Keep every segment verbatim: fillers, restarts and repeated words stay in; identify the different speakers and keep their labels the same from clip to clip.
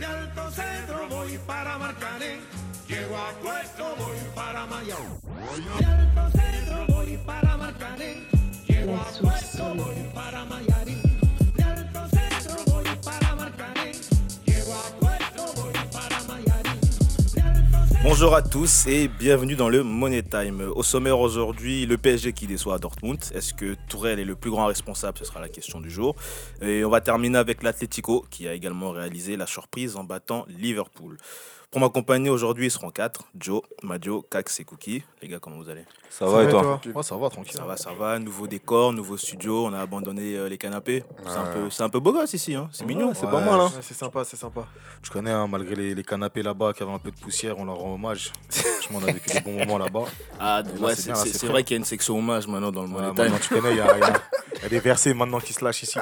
Speaker 1: De Alto Cedro voy para Marcané, llego a Puerto, voy para Mayao. De Alto Cedro voy para Marcané, llego a Puerto, voy para Mayarín. De Alto Cedro voy para Marcané, llego a Puerto, voy para Mayarín.
Speaker 2: Bonjour à tous et bienvenue dans le Money Time. Au sommaire aujourd'hui, le P S G qui déçoit à Dortmund. Est-ce que Tourelle est le plus grand responsable? Ce sera la question du jour. Et on va terminer avec l'Atlético qui a également réalisé la surprise en battant Liverpool. Pour m'accompagner aujourd'hui, ils seront quatre. Joe, Madio, Cax et Cookie. Les gars, comment vous allez?
Speaker 3: Ça, ça va et toi?
Speaker 4: Ouais, ça va, tranquille.
Speaker 2: Ça va, ça va. Nouveau décor, nouveau studio. On a abandonné euh, les canapés. C'est un peu, c'est un peu beau gosse ici. Hein. C'est ouais, mignon.
Speaker 4: C'est ouais, pas mal. Hein.
Speaker 3: Ouais, c'est sympa, c'est sympa.
Speaker 4: Tu connais, hein, malgré les, les canapés là-bas qui avaient un peu de poussière, on leur rend hommage. Franchement, on a vécu des bons moments là-bas.
Speaker 2: Ah, là, ouais, c'est, c'est, c'est, c'est vrai qu'il y a une section hommage maintenant dans le Money ouais, Time.
Speaker 4: Tu connais, il y, y, y a des versets maintenant qui se lâchent ici.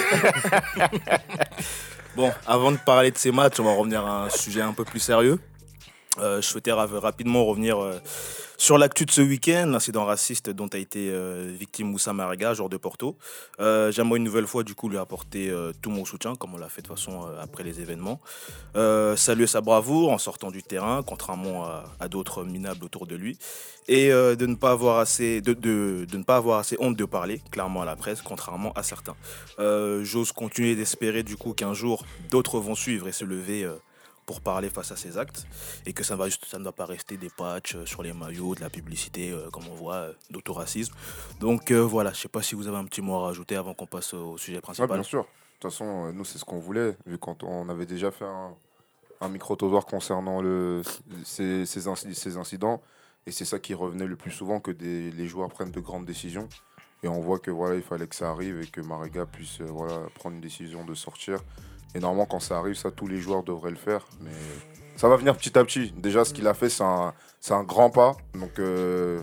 Speaker 2: Bon, avant de parler de ces matchs, on va revenir à un sujet un peu plus sérieux. Euh, je souhaitais ra- rapidement revenir euh, sur l'actu de ce week-end, l'incident raciste dont a été euh, victime Moussa Marega, joueur de Porto. Euh, j'aimerais une nouvelle fois du coup lui apporter euh, tout mon soutien, comme on l'a fait de toute façon euh, après les événements. Euh, saluer sa bravoure en sortant du terrain, contrairement à, à d'autres minables autour de lui, et euh, de ne pas avoir assez, de, de, de ne pas avoir assez honte de parler, clairement à la presse, contrairement à certains. Euh, j'ose continuer d'espérer du coup qu'un jour d'autres vont suivre et se lever. Euh, pour parler face à ces actes et que ça ne va juste, ça ne va pas rester des patchs sur les maillots, de la publicité, euh, comme on voit, euh, d'autoracisme. Donc euh, voilà, je ne sais pas si vous avez un petit mot à rajouter avant qu'on passe au sujet principal.
Speaker 3: Ouais, bien sûr. De toute façon, nous, c'est ce qu'on voulait, vu quand on avait déjà fait un, un micro-trottoir concernant le, ces, ces, inc- ces incidents. Et c'est ça qui revenait le plus souvent, que des, les joueurs prennent de grandes décisions. Et on voit que voilà, il fallait que ça arrive et que Marega puisse euh, voilà, prendre une décision de sortir. Et normalement, quand ça arrive, ça, tous les joueurs devraient le faire. Mais ça va venir petit à petit. Déjà, ce qu'il a fait, c'est un, c'est un grand pas. Donc, euh,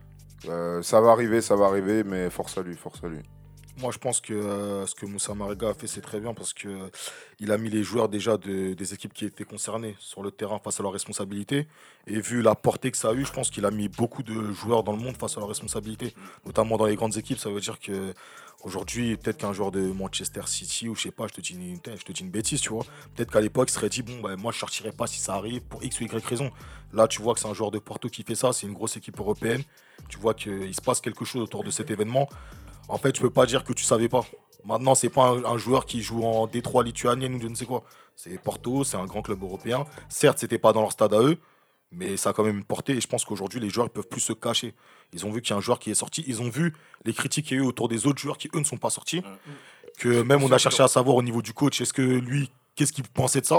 Speaker 3: euh, ça va arriver, ça va arriver, mais force à lui, force à lui.
Speaker 4: Moi, je pense que euh, ce que Moussa Marega a fait, c'est très bien parce qu'il euh, a mis les joueurs déjà de, des équipes qui étaient concernées sur le terrain face à leurs responsabilités. Et vu la portée que ça a eu, je pense qu'il a mis beaucoup de joueurs dans le monde face à leurs responsabilités, notamment dans les grandes équipes. Ça veut dire que aujourd'hui, peut-être qu'un joueur de Manchester City ou je sais pas, je te dis une, je te dis une bêtise, tu vois. Peut-être qu'à l'époque, il serait dit bon, bah, moi, je sortirais pas si ça arrive pour X ou Y raison. Là, tu vois que c'est un joueur de Porto qui fait ça. C'est une grosse équipe européenne. Tu vois qu'il se passe quelque chose autour de cet événement. En fait, tu peux pas dire que tu savais pas. Maintenant, c'est pas un, un joueur qui joue en Détroit lituanienne ou je ne sais quoi. C'est Porto, c'est un grand club européen. Certes, c'était pas dans leur stade à eux, mais ça a quand même une portée. Et je pense qu'aujourd'hui, les joueurs ne peuvent plus se cacher. Ils ont vu qu'il y a un joueur qui est sorti. Ils ont vu les critiques qu'il y a eu autour des autres joueurs qui, eux, ne sont pas sortis. Que même on a cherché à savoir au niveau du coach, est-ce que lui, qu'est-ce qu'il pensait de ça?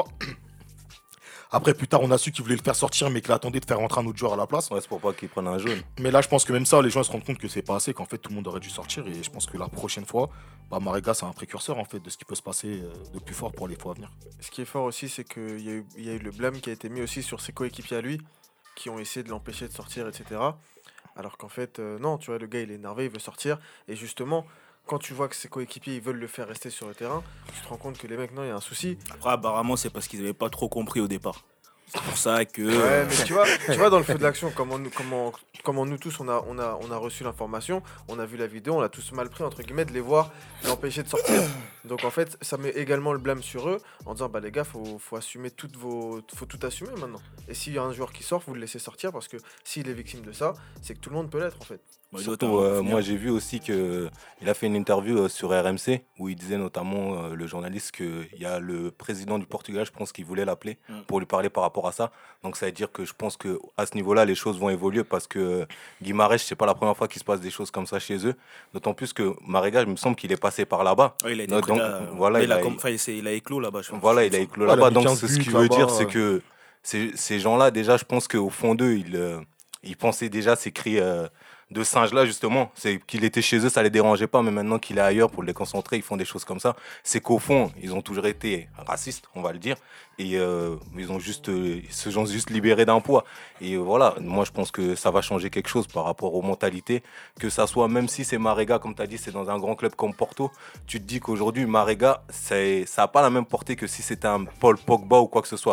Speaker 4: Après, plus tard, on a su qu'il voulait le faire sortir, mais qu'il attendait de faire rentrer un autre joueur à la place.
Speaker 3: Ouais, c'est pour pas qu'il prenne un jaune.
Speaker 4: Mais là, je pense que même ça, les gens ils se rendent compte que c'est pas assez, qu'en fait, tout le monde aurait dû sortir. Et je pense que la prochaine fois, bah, Marega, c'est un précurseur en fait, de ce qui peut se passer de plus fort pour les fois à venir.
Speaker 5: Ce qui est fort aussi, c'est qu'il y a eu, il y a eu le blâme qui a été mis aussi sur ses coéquipiers à lui, qui ont essayé de l'empêcher de sortir, et cetera. Alors qu'en fait, euh, non, tu vois, le gars, il est énervé, il veut sortir. Et justement, quand tu vois que ses coéquipiers ils veulent le faire rester sur le terrain, tu te rends compte que les mecs, non, il y a un souci.
Speaker 2: Après, apparemment, c'est parce qu'ils n'avaient pas trop compris au départ. C'est pour ça que...
Speaker 5: Ouais, mais tu vois, tu vois dans le feu de l'action, comment nous, comment, comment nous tous, on a, on, a, on a reçu l'information, on a vu la vidéo, on l'a tous mal pris, entre guillemets, de les voir l'empêcher de sortir. Donc en fait, ça met également le blâme sur eux, en disant, bah les gars, faut, faut assumer toutes vos... faut tout assumer maintenant. Et s'il y a un joueur qui sort, vous le laissez sortir, parce que s'il est victime de ça, c'est que tout le monde peut l'être, en fait.
Speaker 3: Surtout, euh, moi j'ai vu aussi qu'il a fait une interview euh, sur R M C où il disait notamment, euh, le journaliste, qu'il y a le président du Portugal, je pense qu'il voulait l'appeler mm. pour lui parler par rapport à ça. Donc ça veut dire que je pense qu'à ce niveau-là, les choses vont évoluer parce que euh, Guimarães, c'est pas la première fois qu'il se passe des choses comme ça chez eux. D'autant plus que Marega, il me semble qu'il est passé par là-bas.
Speaker 2: Ouais, il, a
Speaker 3: donc, donc,
Speaker 2: là,
Speaker 3: voilà,
Speaker 2: il,
Speaker 3: il,
Speaker 2: a,
Speaker 3: a,
Speaker 2: comme, il, il a éclos là-bas. Je
Speaker 3: voilà, il a éclos
Speaker 4: ouais,
Speaker 3: là-bas. Donc ce
Speaker 4: but,
Speaker 3: qui veut dire,
Speaker 4: ouais.
Speaker 3: c'est que ces, ces gens-là, déjà, je pense qu'au fond d'eux, ils, euh, ils pensaient déjà ces cris... Euh, de singe là justement, c'est qu'il était chez eux, ça les dérangeait pas, mais maintenant qu'il est ailleurs pour les concentrer, ils font des choses comme ça. C'est qu'au fond, ils ont toujours été racistes, on va le dire, et euh, ils ont juste, euh, ils se sont juste libérés d'un poids. Et euh, voilà, moi je pense que ça va changer quelque chose par rapport aux mentalités, que ça soit, même si c'est Marega, comme tu as dit, c'est dans un grand club comme Porto, tu te dis qu'aujourd'hui Marega, c'est, ça n'a pas la même portée que si c'était un Paul Pogba ou quoi que ce soit.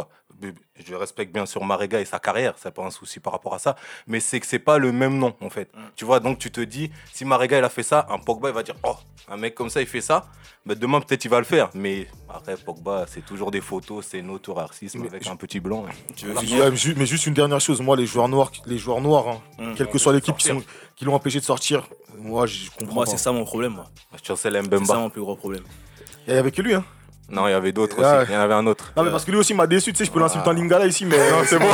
Speaker 6: je respecte bien sûr Marega et sa carrière, c'est pas un souci par rapport à ça, mais c'est que c'est pas le même nom en fait. Mm. Tu vois, donc tu te dis, si Marega il a fait ça, un Pogba il va dire, oh, un mec comme ça il fait ça, bah, demain peut-être il va le faire. Mais après Pogba, c'est toujours des photos, c'est notre racisme avec je... un petit blanc. Hein.
Speaker 4: Tu veux dire... Mais juste une dernière chose, moi les joueurs noirs, les joueurs noirs, hein, mm. quelle que soit l'équipe qui, sont, qui l'ont empêché de sortir, moi je comprends
Speaker 2: Moi
Speaker 4: pas.
Speaker 2: c'est ça mon problème. Moi.
Speaker 6: Chancel Mbemba.
Speaker 2: C'est ça mon plus gros problème.
Speaker 4: Il y avait que lui, hein.
Speaker 6: Non, il y avait d'autres
Speaker 4: ouais.
Speaker 6: aussi. Il y en avait un autre.
Speaker 4: Non, mais parce que lui aussi m'a déçu, tu sais, je peux ah. l'insulter en Lingala ici, mais non, c'est bon.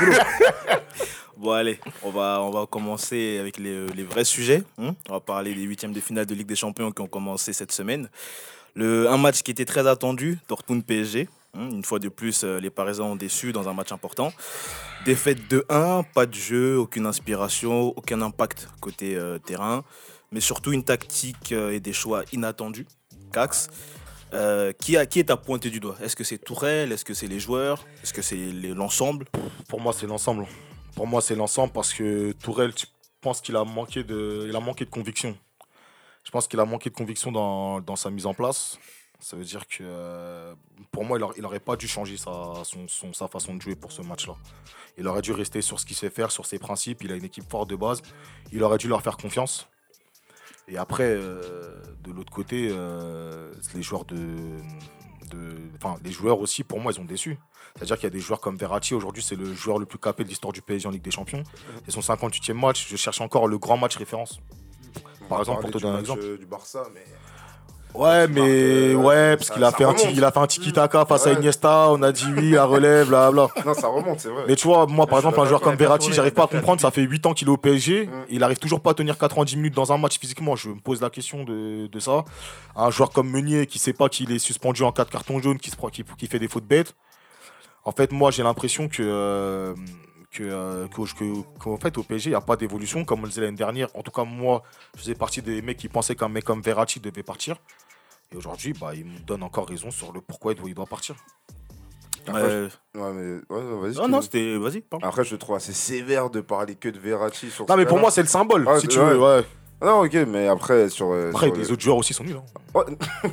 Speaker 2: Bon, allez, on va, on va commencer avec les, les vrais sujets. Hein. On va parler des huitièmes de finale de Ligue des Champions qui ont commencé cette semaine. Le, un match qui était très attendu, Dortmund P S G. Hein. Une fois de plus, les Parisiens ont déçu dans un match important. Défaite deux un, pas de jeu, aucune inspiration, aucun impact côté euh, terrain, mais surtout une tactique euh, et des choix inattendus. Cax. Euh, qui, a, qui est à pointer du doigt? Est-ce que c'est Tourelle? Est-ce que c'est les joueurs? Est-ce que c'est les, l'ensemble?
Speaker 4: Pour moi, c'est l'ensemble. Pour moi, c'est l'ensemble parce que Tourelle, je pense qu'il a manqué de, il a manqué de conviction. Je pense qu'il a manqué de conviction dans, dans sa mise en place. Ça veut dire que euh, pour moi, il n'aurait pas dû changer sa, son, son, sa façon de jouer pour ce match-là. Il aurait dû rester sur ce qu'il sait faire, sur ses principes. Il a une équipe forte de base. Il aurait dû leur faire confiance. Et après, euh, de l'autre côté, euh, les joueurs de, de, enfin, les joueurs aussi, pour moi, ils ont déçu. C'est-à-dire qu'il y a des joueurs comme Verratti, aujourd'hui, c'est le joueur le plus capé de l'histoire du P S G en Ligue des Champions. C'est son cinquante-huitième match. Je cherche encore le grand match référence. Par exemple, pour te donner un exemple.
Speaker 3: Du Barça, mais...
Speaker 4: Ouais, mais ouais, parce qu'il a fait un petit, il a fait un tiki-taka face à Iniesta, on a dit oui, la relève, blablabla.
Speaker 3: Non, ça remonte, c'est vrai.
Speaker 4: Mais tu vois, moi, par exemple, un joueur comme Verratti, j'arrive pas à comprendre, ça fait huit ans qu'il est au P S G, mm. il arrive toujours pas à tenir quatre-vingt-dix minutes dans un match physiquement, je me pose la question de, de ça. Un joueur comme Meunier, qui sait pas qu'il est suspendu en quatre cartons jaunes, qui, se, qui, qui fait des fautes bêtes. En fait, moi, j'ai l'impression que... Euh, Que, euh, que, que, qu'en fait au P S G il n'y a pas d'évolution comme on le disait l'année dernière. En tout cas moi je faisais partie des mecs qui pensaient qu'un mec comme Verratti devait partir et aujourd'hui bah, il me donne encore raison sur le pourquoi il doit, il doit partir.
Speaker 3: Après, euh... je... ouais, mais... ouais, vas-y,
Speaker 2: non, non, c'était... Vas-y, pardon.
Speaker 3: Après je trouve assez sévère de parler que de Verratti sur
Speaker 4: non mais pour moi c'est le symbole ah, si tu ouais. veux ouais.
Speaker 3: Non ok mais après sur
Speaker 4: après
Speaker 3: sur
Speaker 4: les
Speaker 3: le...
Speaker 4: autres joueurs aussi sont nuls hein. Ouais.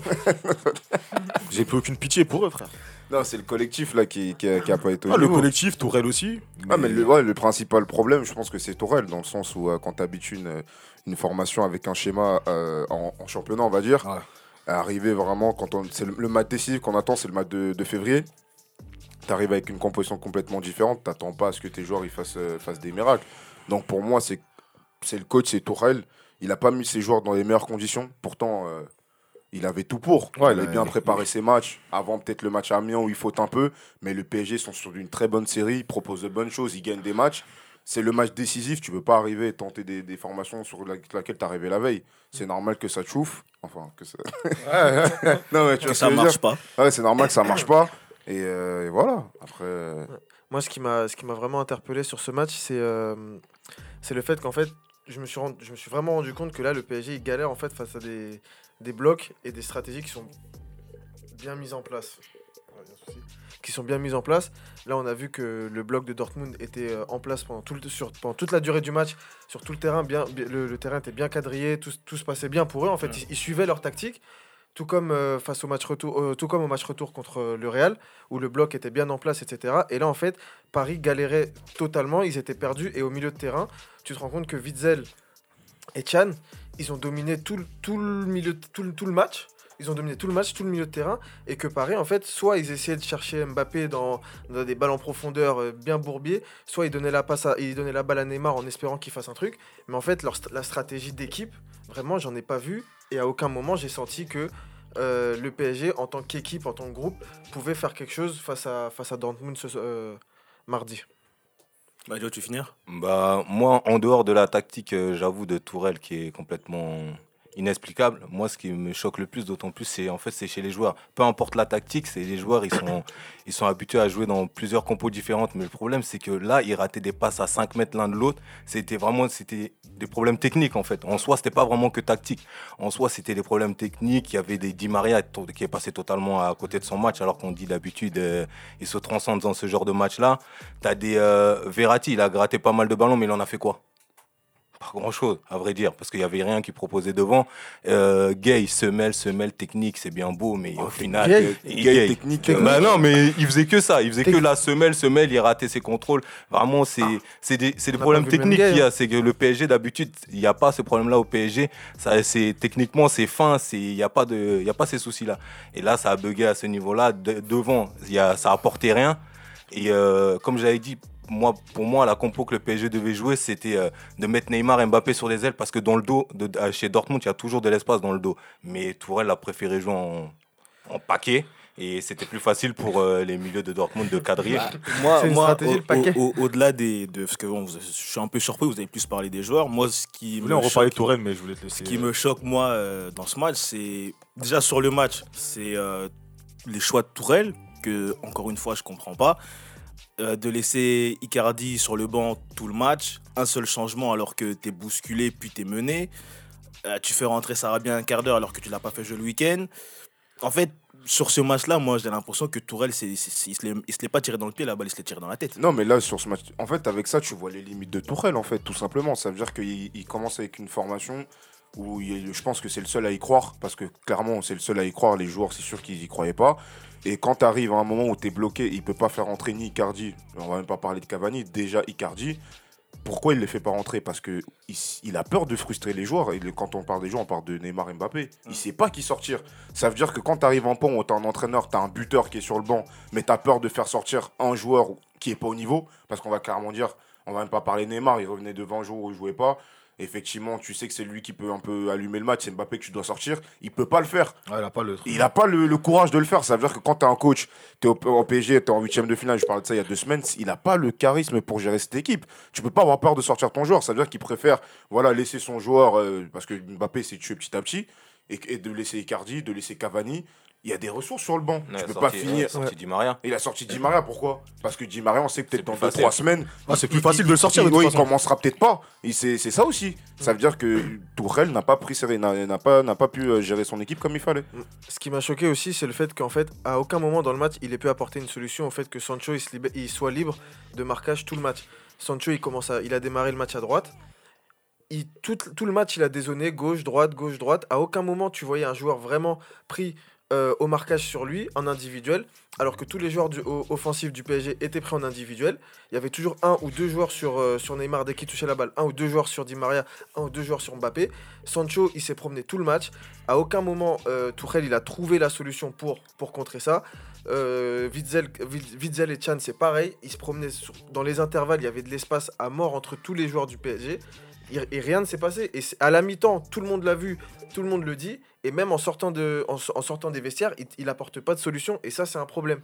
Speaker 4: J'ai plus aucune pitié pour eux frère.
Speaker 3: Non, c'est le collectif là qui, qui, a, qui a pas été.
Speaker 4: Ah, le collectif, Tourelle aussi.
Speaker 3: Mais... Ah, mais le, ouais, le principal problème, je pense que c'est Tourelle, dans le sens où euh, quand tu habitues une, une formation avec un schéma euh, en, en championnat, on va dire, ouais. Arriver vraiment, quand on, c'est le, le match décisif qu'on attend, c'est le match de, de février. Tu arrives avec une composition complètement différente, tu n'attends pas à ce que tes joueurs ils fassent, euh, fassent des miracles. Donc pour moi, c'est, c'est le coach, c'est Tourelle. Il n'a pas mis ses joueurs dans les meilleures conditions. Pourtant. Euh, Il avait tout pour. Ouais, il avait bien préparé ses matchs. Avant, peut-être le match à Amiens où il faute un peu. Mais le P S G sont sur une très bonne série. Ils proposent de bonnes choses. Ils gagnent des matchs. C'est le match décisif. Tu ne peux pas arriver et tenter des, des formations sur la, laquelle tu es arrivé la veille. C'est normal que ça te chauffe. Enfin, que ça.
Speaker 2: non, mais tu vois, que ça ne marche pas.
Speaker 3: Ouais, c'est normal que ça ne marche pas. Et, euh, et voilà. Après. Euh...
Speaker 5: Moi, ce qui m'a, ce qui m'a vraiment interpellé sur ce match, c'est, euh, c'est le fait qu'en fait, je me, suis rendu, je me suis vraiment rendu compte que là, le P S G, il galère en fait face à des. des blocs et des stratégies qui sont bien mises en place. Qui sont bien mises en place. Là, on a vu que le bloc de Dortmund était en place pendant, tout le, sur, pendant toute la durée du match, sur tout le terrain. Bien, le, le terrain était bien quadrillé, tout, tout se passait bien pour eux. En fait, mmh. ils, ils suivaient leur tactique, tout comme, euh, face au match retour, euh, tout comme au match retour contre le Real, où le bloc était bien en place, et cetera. Et là, en fait, Paris galérait totalement, ils étaient perdus. Et au milieu de terrain, tu te rends compte que Witzel et Can, ils ont dominé tout, tout, le milieu, tout, tout le match. Ils ont dominé tout le match, tout le milieu de terrain. Et que Paris, en fait, soit ils essayaient de chercher Mbappé dans, dans des balles en profondeur euh, bien bourbiers, soit ils donnaient, la passe à, ils donnaient la balle à Neymar en espérant qu'il fasse un truc. Mais en fait, leur, la stratégie d'équipe, vraiment, j'en ai pas vu. Et à aucun moment, j'ai senti que euh, le P S G, en tant qu'équipe, en tant que groupe, pouvait faire quelque chose face à, face à Dortmund ce euh, mardi.
Speaker 2: Bah, tu veux finir ?
Speaker 6: Bah, moi, en dehors de la tactique, euh, j'avoue, de Tourelle qui est complètement inexplicable, moi, ce qui me choque le plus, d'autant plus, c'est en fait, c'est chez les joueurs. Peu importe la tactique, c'est les joueurs, ils sont, ils sont habitués à jouer dans plusieurs compos différentes. Mais le problème, c'est que là, ils rataient des passes à cinq mètres l'un de l'autre. C'était vraiment c'était des problèmes techniques, en fait. En soi, c'était pas vraiment que tactique. En soi, c'était des problèmes techniques. Il y avait des Di Maria qui est passé totalement à côté de son match, alors qu'on dit d'habitude, euh, il se transcende dans ce genre de match-là. T'as des euh, Verratti, il a gratté pas mal de ballons, mais il en a fait quoi ? Pas grand-chose, à vrai dire, parce qu'il n'y avait rien qui proposait devant. Euh, Gay, semelle, semelle, technique, c'est bien beau, mais au final...
Speaker 5: Gay,
Speaker 6: il-
Speaker 3: Gay,
Speaker 6: Gay.
Speaker 3: technique,
Speaker 6: Euh,
Speaker 3: euh,
Speaker 6: Bah non, mais il faisait que ça. Il faisait que
Speaker 5: Technique.
Speaker 6: la semelle, semelle, il ratait ses contrôles. Vraiment, c'est c'est des, c'est des
Speaker 5: On n'a
Speaker 6: problèmes
Speaker 5: pas vu le même
Speaker 6: techniques
Speaker 5: Gay,
Speaker 6: qu'il y
Speaker 5: hein.
Speaker 6: a. C'est que le P S G, d'habitude, il n'y a pas ces problèmes-là au P S G. Ça, c'est, techniquement, c'est fin, c'est- il n'y a, pas de- il y a pas ces soucis-là. Et là, ça a bugué à ce niveau-là. De- devant, il y a, ça apportait rien. Et euh, comme j'avais dit, moi, pour moi, la compo que le P S G devait jouer, c'était euh, de mettre Neymar et Mbappé sur les ailes parce que dans le dos, de, de- chez Dortmund, il y a toujours de l'espace dans le dos. Mais Tourelle a préféré jouer en, en paquet et c'était plus facile pour euh, les milieux de Dortmund de quadriller.
Speaker 2: Moi,
Speaker 5: C'est une
Speaker 2: moi
Speaker 5: stratégie,
Speaker 2: au-
Speaker 5: le paquet.
Speaker 2: au- au- au-delà des. De, parce que bon, vous- je suis un peu surpris, vous avez plus parlé des joueurs. Moi, ce qui
Speaker 4: Je
Speaker 2: me
Speaker 4: voulais en reparler de
Speaker 2: choque-
Speaker 4: Tourelle, mais je voulais te laisser.
Speaker 2: Ce qui me choque, moi, euh, dans ce match, c'est. Déjà, sur le match, c'est euh, les choix de Tourelle, que, encore une fois, je comprends pas. Euh, de laisser Icardi sur le banc tout le match, un seul changement alors que t'es bousculé puis t'es mené. Euh, tu fais rentrer Sarabia un quart d'heure alors que tu l'as pas fait jouer le week-end. En fait, sur ce match-là, moi j'ai l'impression que Tourelle, c'est, c'est- c'est- il se l'est, il se l'est pas tiré dans le pied, la balle il se l'est tiré dans la tête.
Speaker 3: Non, mais là, sur ce match, en fait, avec ça, tu vois les limites de Tourelle, en fait, tout simplement. Ça veut dire qu'il il commence avec une formation où il- je pense que c'est le seul à y croire, parce que clairement, c'est le seul à y croire. Les joueurs, c'est sûr qu'ils y croyaient pas. Et quand tu arrives à un moment où tu es bloqué, il peut pas faire rentrer ni Icardi, on va même pas parler de Cavani, déjà Icardi. Pourquoi il ne les fait pas rentrer? Parce qu'il il a peur de frustrer les joueurs. Et le- quand on parle des joueurs, on parle de Neymar et Mbappé. Il ne sait pas qui sortir. Ça veut dire que quand tu arrives en pont, où tu as un entraîneur, tu as un buteur qui est sur le banc, mais tu as peur de faire sortir un joueur qui n'est pas au niveau. Parce qu'on va carrément dire, on va même pas parler de Neymar, il revenait de vingt jours où il ne jouait pas. Effectivement, tu sais que c'est lui qui peut un peu allumer le match. C'est Mbappé que tu dois sortir. Il peut pas le faire.
Speaker 4: Ouais, il a pas le truc.
Speaker 3: Il n'a pas le, le courage de le faire. Ça veut dire que quand tu es un coach, tu es au, au P S G, tu es en huitième de finale, je parlais de ça il y a deux semaines, il n'a pas le charisme pour gérer cette équipe. Tu peux pas avoir peur de sortir ton joueur. Ça veut dire qu'il préfère voilà, laisser son joueur, euh, parce que Mbappé s'est tué petit à petit, et, et de laisser Icardi, de laisser Cavani. Il y a des ressources sur le banc.
Speaker 6: Ouais,
Speaker 3: tu peux
Speaker 6: sorti-
Speaker 3: pas finir.
Speaker 6: ouais, sorti Di Maria.
Speaker 3: Il a sorti Di Maria, pourquoi? Parce que Di Maria, on sait que peut-être
Speaker 6: C'est
Speaker 3: dans
Speaker 6: plus
Speaker 3: deux
Speaker 6: facile.
Speaker 3: trois semaines.
Speaker 4: Ah, c'est plus
Speaker 3: il-
Speaker 4: facile
Speaker 3: il-
Speaker 4: de le sortir,
Speaker 3: il-
Speaker 4: de toute
Speaker 3: ouais, il
Speaker 4: façon.
Speaker 3: commencera peut-être pas. Et c'est c'est ça aussi. Ça veut dire que Tourelle n'a pas pris ses- n'a n'a pas, n'a pas pu euh, gérer son équipe comme il fallait.
Speaker 5: Ce qui m'a choqué aussi, c'est le fait qu'en fait, à aucun moment dans le match, il ait pu apporter une solution au fait que Sancho il, se libère- il soit libre de marquage tout le match. Sancho, il, commence à, il a démarré le match à droite. Il, tout, tout le match, il a dézonné gauche, droite, gauche, droite. À aucun moment, tu voyais un joueur vraiment pris euh, au marquage sur lui, en individuel, alors que tous les joueurs du, o- offensifs du P S G étaient pris en individuel. Il y avait toujours un ou deux joueurs sur, euh, sur Neymar dès qu'il touchait la balle, un ou deux joueurs sur Di Maria, un ou deux joueurs sur Mbappé. Sancho, il s'est promené tout le match. À aucun moment, euh, Tourelle, il a trouvé la solution pour, pour contrer ça. Euh, Witzel, Wit- Witzel et Chan, c'est pareil. Ils se promenaient sur- dans les intervalles, il y avait de l'espace à mort entre tous les joueurs du P S G. Et, et rien ne s'est passé. Et c'est- à la mi-temps, tout le monde l'a vu, tout le monde le dit. Et même en sortant, de, en, en sortant des vestiaires, il, il apporte pas de solution. Et ça, c'est un problème.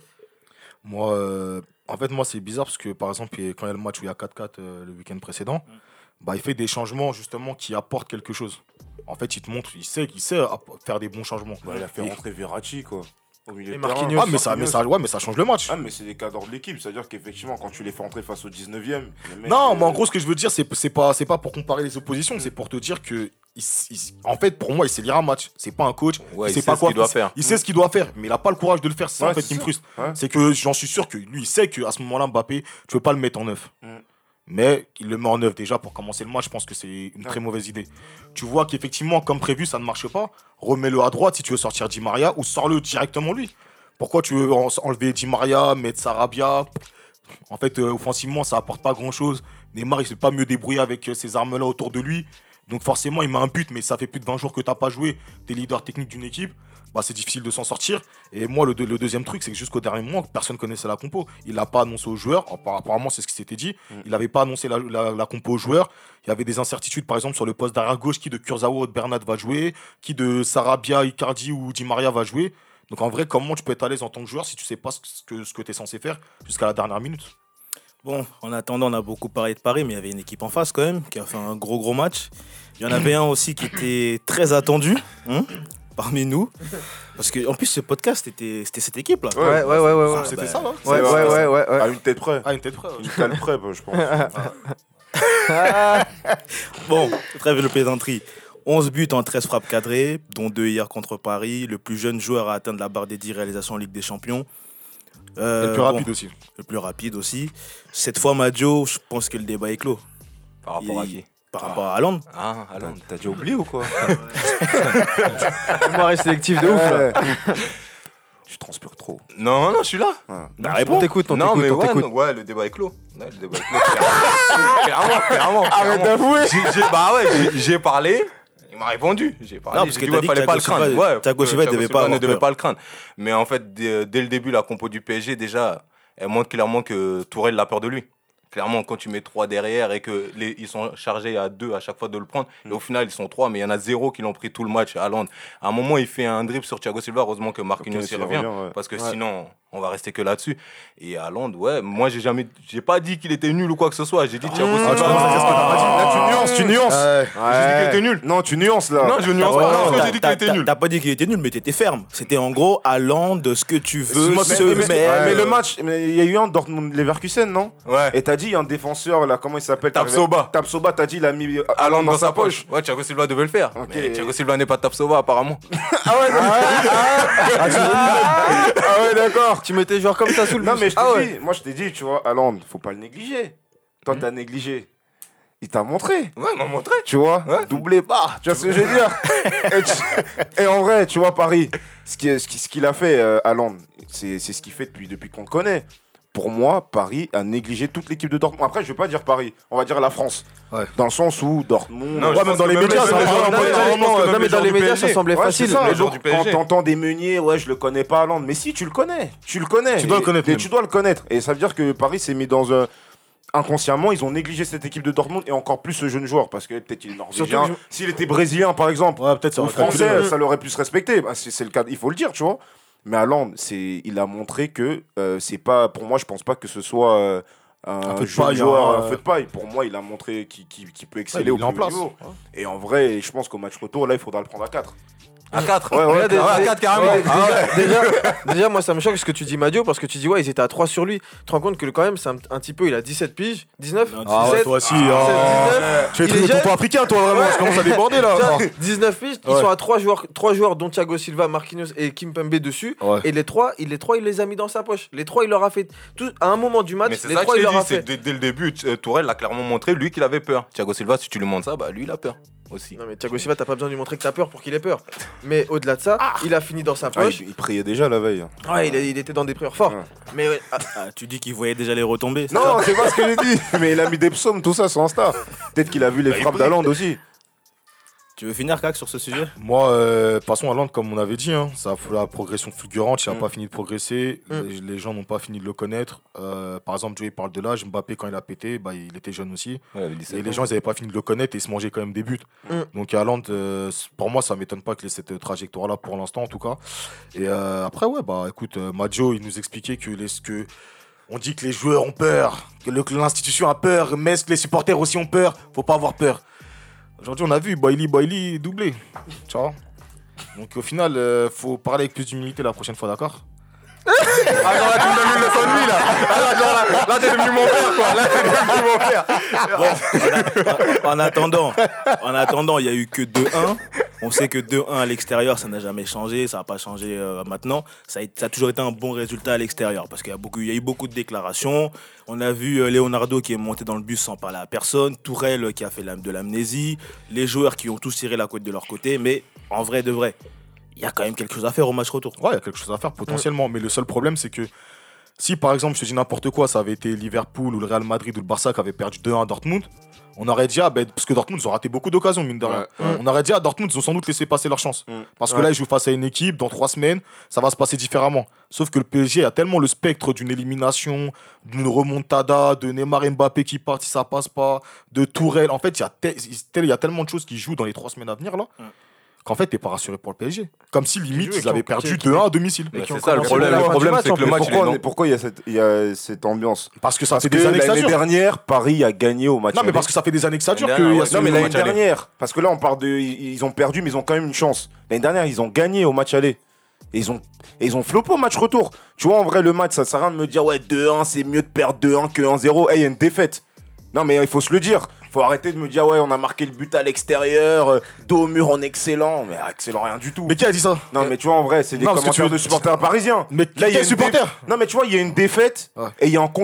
Speaker 4: Moi, euh, en fait, moi, c'est bizarre parce que, par exemple, il y a- quand il y a le match où il y a quatre quatre euh, le week-end précédent, bah, il fait des changements, justement, qui apportent quelque chose. En fait, il te montre, il sait, il sait app- faire des bons changements.
Speaker 3: Bah, il a fait
Speaker 4: Et-
Speaker 3: rentrer Verratti, quoi. Au milieu
Speaker 5: Et
Speaker 3: de terrain.
Speaker 5: Marquinhos.
Speaker 4: Ah, mais ça, mais, ça, ouais, mais ça change le match.
Speaker 3: Ah, mais c'est des cadres de l'équipe. C'est-à-dire qu'effectivement, quand tu les fais entrer face au dix-neuvième. le mec,
Speaker 4: Non,
Speaker 3: euh,
Speaker 4: mais en gros, ce que je veux dire, c'est c'est pas, c'est pas pour comparer les oppositions, c'est pour te dire que, il s- il s- en fait, pour moi, il sait lire un match. C'est pas un coach.
Speaker 6: Ouais, il
Speaker 4: sait
Speaker 6: sait
Speaker 4: pas
Speaker 6: ce
Speaker 4: quoi
Speaker 6: qu'il doit
Speaker 4: il-
Speaker 6: faire.
Speaker 4: Il sait ce qu'il doit faire, mais il a pas le courage de le faire. C'est ça,
Speaker 3: Ouais,
Speaker 4: en fait,
Speaker 3: c'est
Speaker 4: qui me
Speaker 3: ça.
Speaker 4: frustre.
Speaker 3: Ouais.
Speaker 4: C'est que j'en suis sûr que lui, il sait qu'à ce moment-là, Mbappé, tu veux pas le mettre en neuf.
Speaker 3: Mm.
Speaker 4: Mais il le met en neuf déjà pour commencer le match. Je pense que c'est une très mauvaise idée. Tu vois qu'effectivement, comme prévu, ça ne marche pas. Remets-le à droite si tu veux sortir Di Maria ou sors-le directement lui. Pourquoi tu veux en- enlever Di Maria, mettre Sarabia? En fait, euh, offensivement, ça apporte pas grand-chose. Neymar, il ne s'est pas mieux débrouillé avec euh, ces armes-là autour de lui. Donc forcément, il met un but, mais ça fait plus de vingt jours que tu n'as pas joué. Tu es leader technique d'une équipe. Bah, c'est difficile de s'en sortir. Et moi, le, deux- le deuxième truc, c'est que jusqu'au dernier moment, personne connaissait la compo. Il l'a pas annoncé aux joueurs. Appar- Apparemment, c'est ce qui s'était dit.
Speaker 3: Mm.
Speaker 4: Il n'avait pas annoncé la, la- la compo aux joueurs. Il y avait des incertitudes, par exemple, sur le poste d'arrière gauche, qui de Kurzawa ou de Bernat va jouer, qui de Sarabia, Icardi ou Di Maria va jouer. Donc en vrai, comment tu peux être à l'aise en tant que joueur si tu sais pas ce que, ce que tu es censé faire jusqu'à la dernière minute?
Speaker 2: Bon, en attendant, on a beaucoup parlé de Paris, mais il y avait une équipe en face quand même qui a fait un gros gros match. Il y en avait un aussi qui était très attendu hein, parmi nous. Parce que en plus, ce podcast, c'était c'était cette équipe-là.
Speaker 3: Ouais,
Speaker 5: Ouais, ouais, ouais, ouais. ouais.
Speaker 2: Ah,
Speaker 4: C'était
Speaker 2: bah,
Speaker 4: ça, là
Speaker 5: Ouais,
Speaker 3: c'est
Speaker 5: ouais,
Speaker 3: vrai,
Speaker 5: ouais, ouais, ouais.
Speaker 3: À une tête près.
Speaker 4: Ah, une tête près. ouais.
Speaker 3: Une cale près, bah, je pense.
Speaker 2: Bon, trêve de plaisanterie. onze buts en treize frappes cadrées, dont deux hier contre Paris. Le plus jeune joueur à atteindre la barre des dix réalisations en Ligue des Champions. Euh,
Speaker 4: Et le plus
Speaker 2: bon,
Speaker 4: rapide aussi.
Speaker 2: le plus rapide aussi. Cette fois, Madio, je pense que le débat est clos.
Speaker 6: Par rapport à
Speaker 2: Il-
Speaker 6: qui?
Speaker 2: par rapport à Haaland.
Speaker 6: Ah,
Speaker 3: T'as-
Speaker 6: Haaland.
Speaker 3: T'as déjà oublié ou quoi?
Speaker 5: Mémoire sélective de ouf là.
Speaker 3: Ouais. Je transpire trop.
Speaker 6: Non, non, je suis là.
Speaker 2: Bah,
Speaker 5: On
Speaker 2: réponds.
Speaker 5: t'écoute, on
Speaker 6: Non,
Speaker 5: t'écoute,
Speaker 6: mais
Speaker 5: on
Speaker 6: ouais,
Speaker 5: t'écoute.
Speaker 6: non, ouais, le débat est clos. Ouais, le débat est clos. Clairement, clairement.
Speaker 3: Arrête
Speaker 6: clairement.
Speaker 3: d'avouer.
Speaker 6: J'ai- j'ai- Bah ouais, j'ai- j'ai parlé. Il m'a répondu. J'ai parlé.
Speaker 2: Non, parce
Speaker 6: j'ai
Speaker 2: que
Speaker 6: dit,
Speaker 2: t'as
Speaker 6: ouais,
Speaker 2: dit
Speaker 6: fallait
Speaker 2: que
Speaker 6: pas le
Speaker 2: Thiago
Speaker 6: craindre.
Speaker 2: Silva-
Speaker 6: Ouais,
Speaker 2: Thiago
Speaker 6: que
Speaker 2: Silva
Speaker 6: Thiago
Speaker 2: devait
Speaker 6: Silva
Speaker 2: pas
Speaker 6: ne
Speaker 2: avoir
Speaker 6: devait
Speaker 2: peur.
Speaker 6: pas le craindre. Mais en fait, dès, dès le début, la compo du P S G, déjà, elle montre clairement que Tourelle a peur de lui. Clairement, quand tu mets trois derrière et que les, ils sont chargés à deux à chaque fois de le prendre, et au final, ils sont trois, mais il y en a zéro qui l'ont pris tout le match à Haaland. À un moment, il fait un dribble sur Thiago Silva. Heureusement que Marquinhos
Speaker 3: Ok,
Speaker 6: y
Speaker 3: il
Speaker 6: revient.
Speaker 3: revient, ouais.
Speaker 6: Parce que
Speaker 5: Ouais.
Speaker 6: sinon, on va rester que là-dessus. Et Haaland, ouais, moi, j'ai jamais, j'ai pas dit qu'il était nul ou quoi que ce soit. J'ai dit Thiago
Speaker 3: Ah,
Speaker 6: Silva.
Speaker 3: tu commences à dire ce que t'as pas dit. Là, tu nuances, tu nuances.
Speaker 4: Ouais.
Speaker 6: J'ai dit qu'il était nul.
Speaker 3: Non, tu nuances là.
Speaker 6: Non, je nuance
Speaker 2: Oh,
Speaker 6: pas.
Speaker 2: non,
Speaker 6: Non,
Speaker 2: t'as-
Speaker 6: j'ai dit qu'il
Speaker 2: t'as-
Speaker 6: était
Speaker 2: t'as-
Speaker 6: nul.
Speaker 2: T'as pas dit qu'il était nul, mais t'étais ferme. C'était en gros Haaland de ce que tu veux,
Speaker 3: Mais,
Speaker 2: se
Speaker 3: mais- mais-
Speaker 2: mettre.
Speaker 3: mais le match, mais il y a eu un Dortmund-Leverkusen, non?
Speaker 6: Ouais.
Speaker 3: Et t'as dit, il y a un défenseur là, comment il s'appelle?
Speaker 6: Tapsoba.
Speaker 3: Tapsoba, t'as dit, il a mis euh,
Speaker 6: Haaland dans sa poche. Ouais, Thiago Silva devait le faire.
Speaker 3: Ok.
Speaker 6: Mais Thiago Silva n'est pas Tapsoba, apparemment.
Speaker 3: Ah ouais, non, ah ouais, d'accord.
Speaker 5: Tu mets tes joueurs comme ça sous le
Speaker 3: Non,
Speaker 5: bus.
Speaker 3: mais je t'ai
Speaker 5: Ah ouais.
Speaker 3: dit, moi je t'ai dit, tu vois, Haaland, faut pas le négliger. Toi, t'as négligé. Il t'a montré.
Speaker 6: Ouais, il m'a montré.
Speaker 3: Tu vois,
Speaker 6: Ouais.
Speaker 3: doublé bas, tu vois ce que je veux dire. et, tu- et en vrai, tu vois, Paris, ce qu'il ce qui, ce qu'il a fait, euh, Haaland, c'est c'est ce qu'il fait depuis, depuis qu'on le connaît. Pour moi, Paris a négligé toute l'équipe de Dortmund. Après, je vais pas dire Paris, on va dire la France.
Speaker 4: Ouais.
Speaker 3: Dans le sens où Dortmund.
Speaker 6: Non,
Speaker 3: Ouais,
Speaker 6: je
Speaker 3: même
Speaker 6: pense
Speaker 3: dans
Speaker 6: que
Speaker 3: les
Speaker 6: même
Speaker 3: médias,
Speaker 6: les
Speaker 3: ça
Speaker 6: joueurs
Speaker 3: parle
Speaker 6: du
Speaker 3: un peu
Speaker 6: P S G,
Speaker 3: énormément,
Speaker 6: je pense que
Speaker 3: euh,
Speaker 6: même
Speaker 5: Non, mais
Speaker 6: les
Speaker 5: dans
Speaker 6: joueurs
Speaker 5: les
Speaker 6: du
Speaker 5: médias,
Speaker 6: P S G.
Speaker 5: ça semblait
Speaker 3: Ouais,
Speaker 5: facile.
Speaker 3: c'est ça.
Speaker 6: les joueurs du P S G.
Speaker 3: Quand t'entends des Meunier, ouais, je le connais pas, Haaland. Mais si, tu le connais. Tu le connais.
Speaker 4: Tu dois le
Speaker 3: Et-
Speaker 4: connaître
Speaker 3: Et
Speaker 4: même.
Speaker 3: tu dois le connaître. Et ça veut dire que Paris s'est mis dans un. Inconsciemment, ils ont négligé cette équipe de Dortmund et encore plus ce jeune joueur. Parce que peut-être il est norvégien.
Speaker 5: Surtout
Speaker 3: S'il était brésilien, par exemple,
Speaker 4: Ouais, peut-être ça
Speaker 3: ou
Speaker 4: aurait calculé,
Speaker 3: français,
Speaker 4: ouais.
Speaker 3: ça l'aurait pu se respecter. Bah, c'est c'est le cas, il faut le dire, tu vois. Mais Haaland, c'est, il a montré que euh, c'est pas. Pour moi, je pense pas que ce soit. euh, un,
Speaker 4: Un feu de
Speaker 3: jeune
Speaker 4: paille,
Speaker 3: joueur,
Speaker 4: hein,
Speaker 3: un feu de paille. Pour moi, il a montré qu'il qu'il- qu'il peut
Speaker 4: Ouais,
Speaker 3: exceller
Speaker 4: il
Speaker 3: au
Speaker 4: est en
Speaker 3: plus haut
Speaker 4: place.
Speaker 3: niveau. Et en vrai, je pense qu'au match retour, là, il faudra le prendre à quatre.
Speaker 6: À quatre.
Speaker 3: Ouais, ouais,
Speaker 5: Là,
Speaker 3: clairement.
Speaker 6: à quatre carrément.
Speaker 5: ouais,
Speaker 6: Ah ouais.
Speaker 5: déjà, déjà, moi, ça me choque ce que tu dis, Madio, parce que tu dis, ouais, ils étaient à trois sur lui. Tu te rends compte que quand même, c'est un, un petit peu, il a dix-sept piges, dix-neuf,
Speaker 2: Non,
Speaker 4: Ah ouais,
Speaker 5: dix-sept,
Speaker 4: toi aussi.
Speaker 5: dix-sept,
Speaker 4: hein.
Speaker 5: dix-neuf.
Speaker 4: Tu fais
Speaker 5: Il
Speaker 4: le
Speaker 5: est
Speaker 4: truc de
Speaker 5: jeune.
Speaker 4: tonton africain, toi, vraiment.
Speaker 5: Ouais.
Speaker 4: Ça commence à déborder, là.
Speaker 5: Tiens, dix-neuf piges, ils
Speaker 4: Ouais.
Speaker 5: sont à trois joueurs, trois joueurs, dont Thiago Silva, Marquinhos et Kimpembe dessus.
Speaker 4: Ouais.
Speaker 5: Et les trois, il, les trois, il les a mis dans sa poche. Les trois, il leur a fait. Tout, à un moment du match,
Speaker 6: Mais c'est
Speaker 5: les
Speaker 6: ça
Speaker 5: trois,
Speaker 6: que
Speaker 5: il
Speaker 6: je t'ai
Speaker 5: leur
Speaker 6: dit,
Speaker 5: a
Speaker 6: c'est
Speaker 5: fait.
Speaker 6: que dès, dès le début, euh, Tourelle l'a clairement montré, lui, qu'il avait peur. Thiago Silva, si tu lui montres ça, bah lui, il a peur aussi.
Speaker 5: Non, mais Thiago Silva, t'as pas besoin de lui montrer que t'as peur pour qu'il ait peur. Mais au-delà de ça, il a fini dans sa
Speaker 3: Ah,
Speaker 5: poche.
Speaker 3: il, il priait déjà la veille.
Speaker 5: Ouais, il, a- il était dans des prières forts.
Speaker 3: Ouais.
Speaker 5: Mais ouais, ah,
Speaker 2: Ah, tu dis qu'il voyait déjà les retombées. c'est
Speaker 3: Non,
Speaker 2: ça
Speaker 3: c'est pas ce que j'ai dit. Mais il a mis des psaumes, tout ça sur Insta. Peut-être qu'il a vu les
Speaker 6: Bah, il
Speaker 3: frappes
Speaker 6: prie.
Speaker 3: d'Haaland aussi.
Speaker 2: Tu veux finir, Cac, sur ce sujet?
Speaker 4: Moi, euh, passons à Haaland, comme on avait dit, hein, ça a fait la progression fulgurante, il n'a
Speaker 3: Mm.
Speaker 4: pas fini de progresser,
Speaker 5: Mm.
Speaker 4: les, les gens n'ont pas fini de le connaître. Euh, par exemple, Joey parle de l'âge, Mbappé, quand il a pété, bah, il était jeune aussi.
Speaker 6: Ouais, il avait dix-sept
Speaker 4: Et les
Speaker 6: ans.
Speaker 4: gens, ils n'avaient pas fini de le connaître et ils se mangeaient quand même des buts.
Speaker 5: Mm.
Speaker 4: Donc Haaland, euh, c- pour moi, ça m'étonne pas qu'il ait cette trajectoire-là pour l'instant, en tout cas. Et euh, après, ouais, bah écoute, euh, Maggio, il nous expliquait que, les, que on dit que les joueurs ont peur, que le- que l'institution a peur, mais est-ce que les supporters aussi ont peur? Faut pas avoir peur. Aujourd'hui, on a vu Bailey, Bailey doublé. Tu vois? Donc au final, euh, faut parler avec plus d'humilité la prochaine fois, d'accord?
Speaker 6: Ah non, là, tu me donnes une leçon de vie, là. Ah, là, non, là, là, t'es devenu mon père, quoi. Là, t'es devenu mon père.
Speaker 2: Bon, en, en attendant, en attendant, il y a eu que deux un. On sait que deux un à l'extérieur, ça n'a jamais changé, ça n'a pas changé euh, maintenant. Ça a, été- ça a toujours été un bon résultat à l'extérieur parce qu'il y a, beaucoup, il y a eu beaucoup de déclarations. On a vu euh, Leonardo qui est monté dans le bus sans parler à personne, Tourelle euh, qui a fait la- de l'amnésie, les joueurs qui ont tous tiré la côte de leur côté, mais en vrai de vrai, il y a quand même quelque chose à faire au match retour.
Speaker 4: Ouais, il y a quelque chose à faire potentiellement. Mais le seul problème, c'est que si par exemple, je te dis n'importe quoi, ça avait été Liverpool ou le Real Madrid ou le Barça qui avait perdu deux un à Dortmund, on aurait dit, ah, ben, parce que Dortmund, ils ont raté beaucoup d'occasions, mine de rien.
Speaker 3: Ouais.
Speaker 4: On aurait dit, ah, Dortmund, ils ont sans doute laissé passer leur chance.
Speaker 3: Mm.
Speaker 4: Parce que
Speaker 5: Ouais.
Speaker 4: là, ils jouent face à une équipe, dans trois semaines, ça va se passer différemment. Sauf que le P S G a tellement le spectre d'une élimination, d'une remontada, de Neymar et Mbappé qui partent si ça passe pas, de Tourelle. En fait, il y, a te- il y a tellement de choses qui jouent dans les trois semaines à venir, là.
Speaker 2: Mm.
Speaker 4: Qu'en fait, t'es pas rassuré pour le P S G. Comme si limite
Speaker 5: jouent et
Speaker 4: ils
Speaker 5: qui
Speaker 4: avaient
Speaker 5: ont-
Speaker 4: perdu
Speaker 5: qui-
Speaker 4: deux un à domicile.
Speaker 6: Mais
Speaker 5: qui
Speaker 6: c'est
Speaker 5: ont
Speaker 6: ça, le
Speaker 5: commencé
Speaker 6: problème,
Speaker 5: la
Speaker 6: le
Speaker 5: fin du
Speaker 6: problème,
Speaker 5: match,
Speaker 6: c'est
Speaker 5: en
Speaker 6: que le
Speaker 5: plus.
Speaker 6: match, il est
Speaker 3: Pourquoi,
Speaker 6: non.
Speaker 3: on est- pourquoi il y a cette, il y a cette ambiance?
Speaker 4: Parce que ça
Speaker 3: Parce
Speaker 4: fait
Speaker 3: que
Speaker 4: des années que ça
Speaker 3: l'année
Speaker 4: dure.
Speaker 3: dernière, Paris a gagné au match
Speaker 4: Non, mais
Speaker 3: aller.
Speaker 4: parce que ça fait des années que ça dure.
Speaker 6: L'année
Speaker 4: que
Speaker 6: dernière,
Speaker 4: y a
Speaker 6: ouais.
Speaker 4: ce-
Speaker 3: Non, mais
Speaker 6: le
Speaker 3: l'année
Speaker 6: match aller.
Speaker 3: dernière, parce que là on parle de. Ils ils ont perdu, mais ils ont quand même une chance. L'année dernière, ils ont gagné au match aller. Et ils ont, et ils ont flopé au match retour. Tu vois, en vrai, le match, ça sert à rien de me dire, ouais, deux un, c'est mieux de perdre deux un que un zéro. Eh, il y a une défaite. Non, mais il faut se le dire. Faut arrêter de me dire, ouais, on a marqué le but à l'extérieur, euh, dos au mur, en excellent. Mais ah, excellent, rien du tout.
Speaker 4: Mais qui a dit ça?
Speaker 3: Non, mais tu vois, en vrai, c'est des
Speaker 4: Non, parce que
Speaker 3: commentaires
Speaker 4: tu veux-
Speaker 3: de supporters parisiens.
Speaker 4: Mais
Speaker 3: Là, il y a
Speaker 4: quel
Speaker 3: une
Speaker 4: supporter?
Speaker 3: dé- Non, mais tu vois, il y a une défaite
Speaker 4: Ouais.
Speaker 3: et il y a un contenu.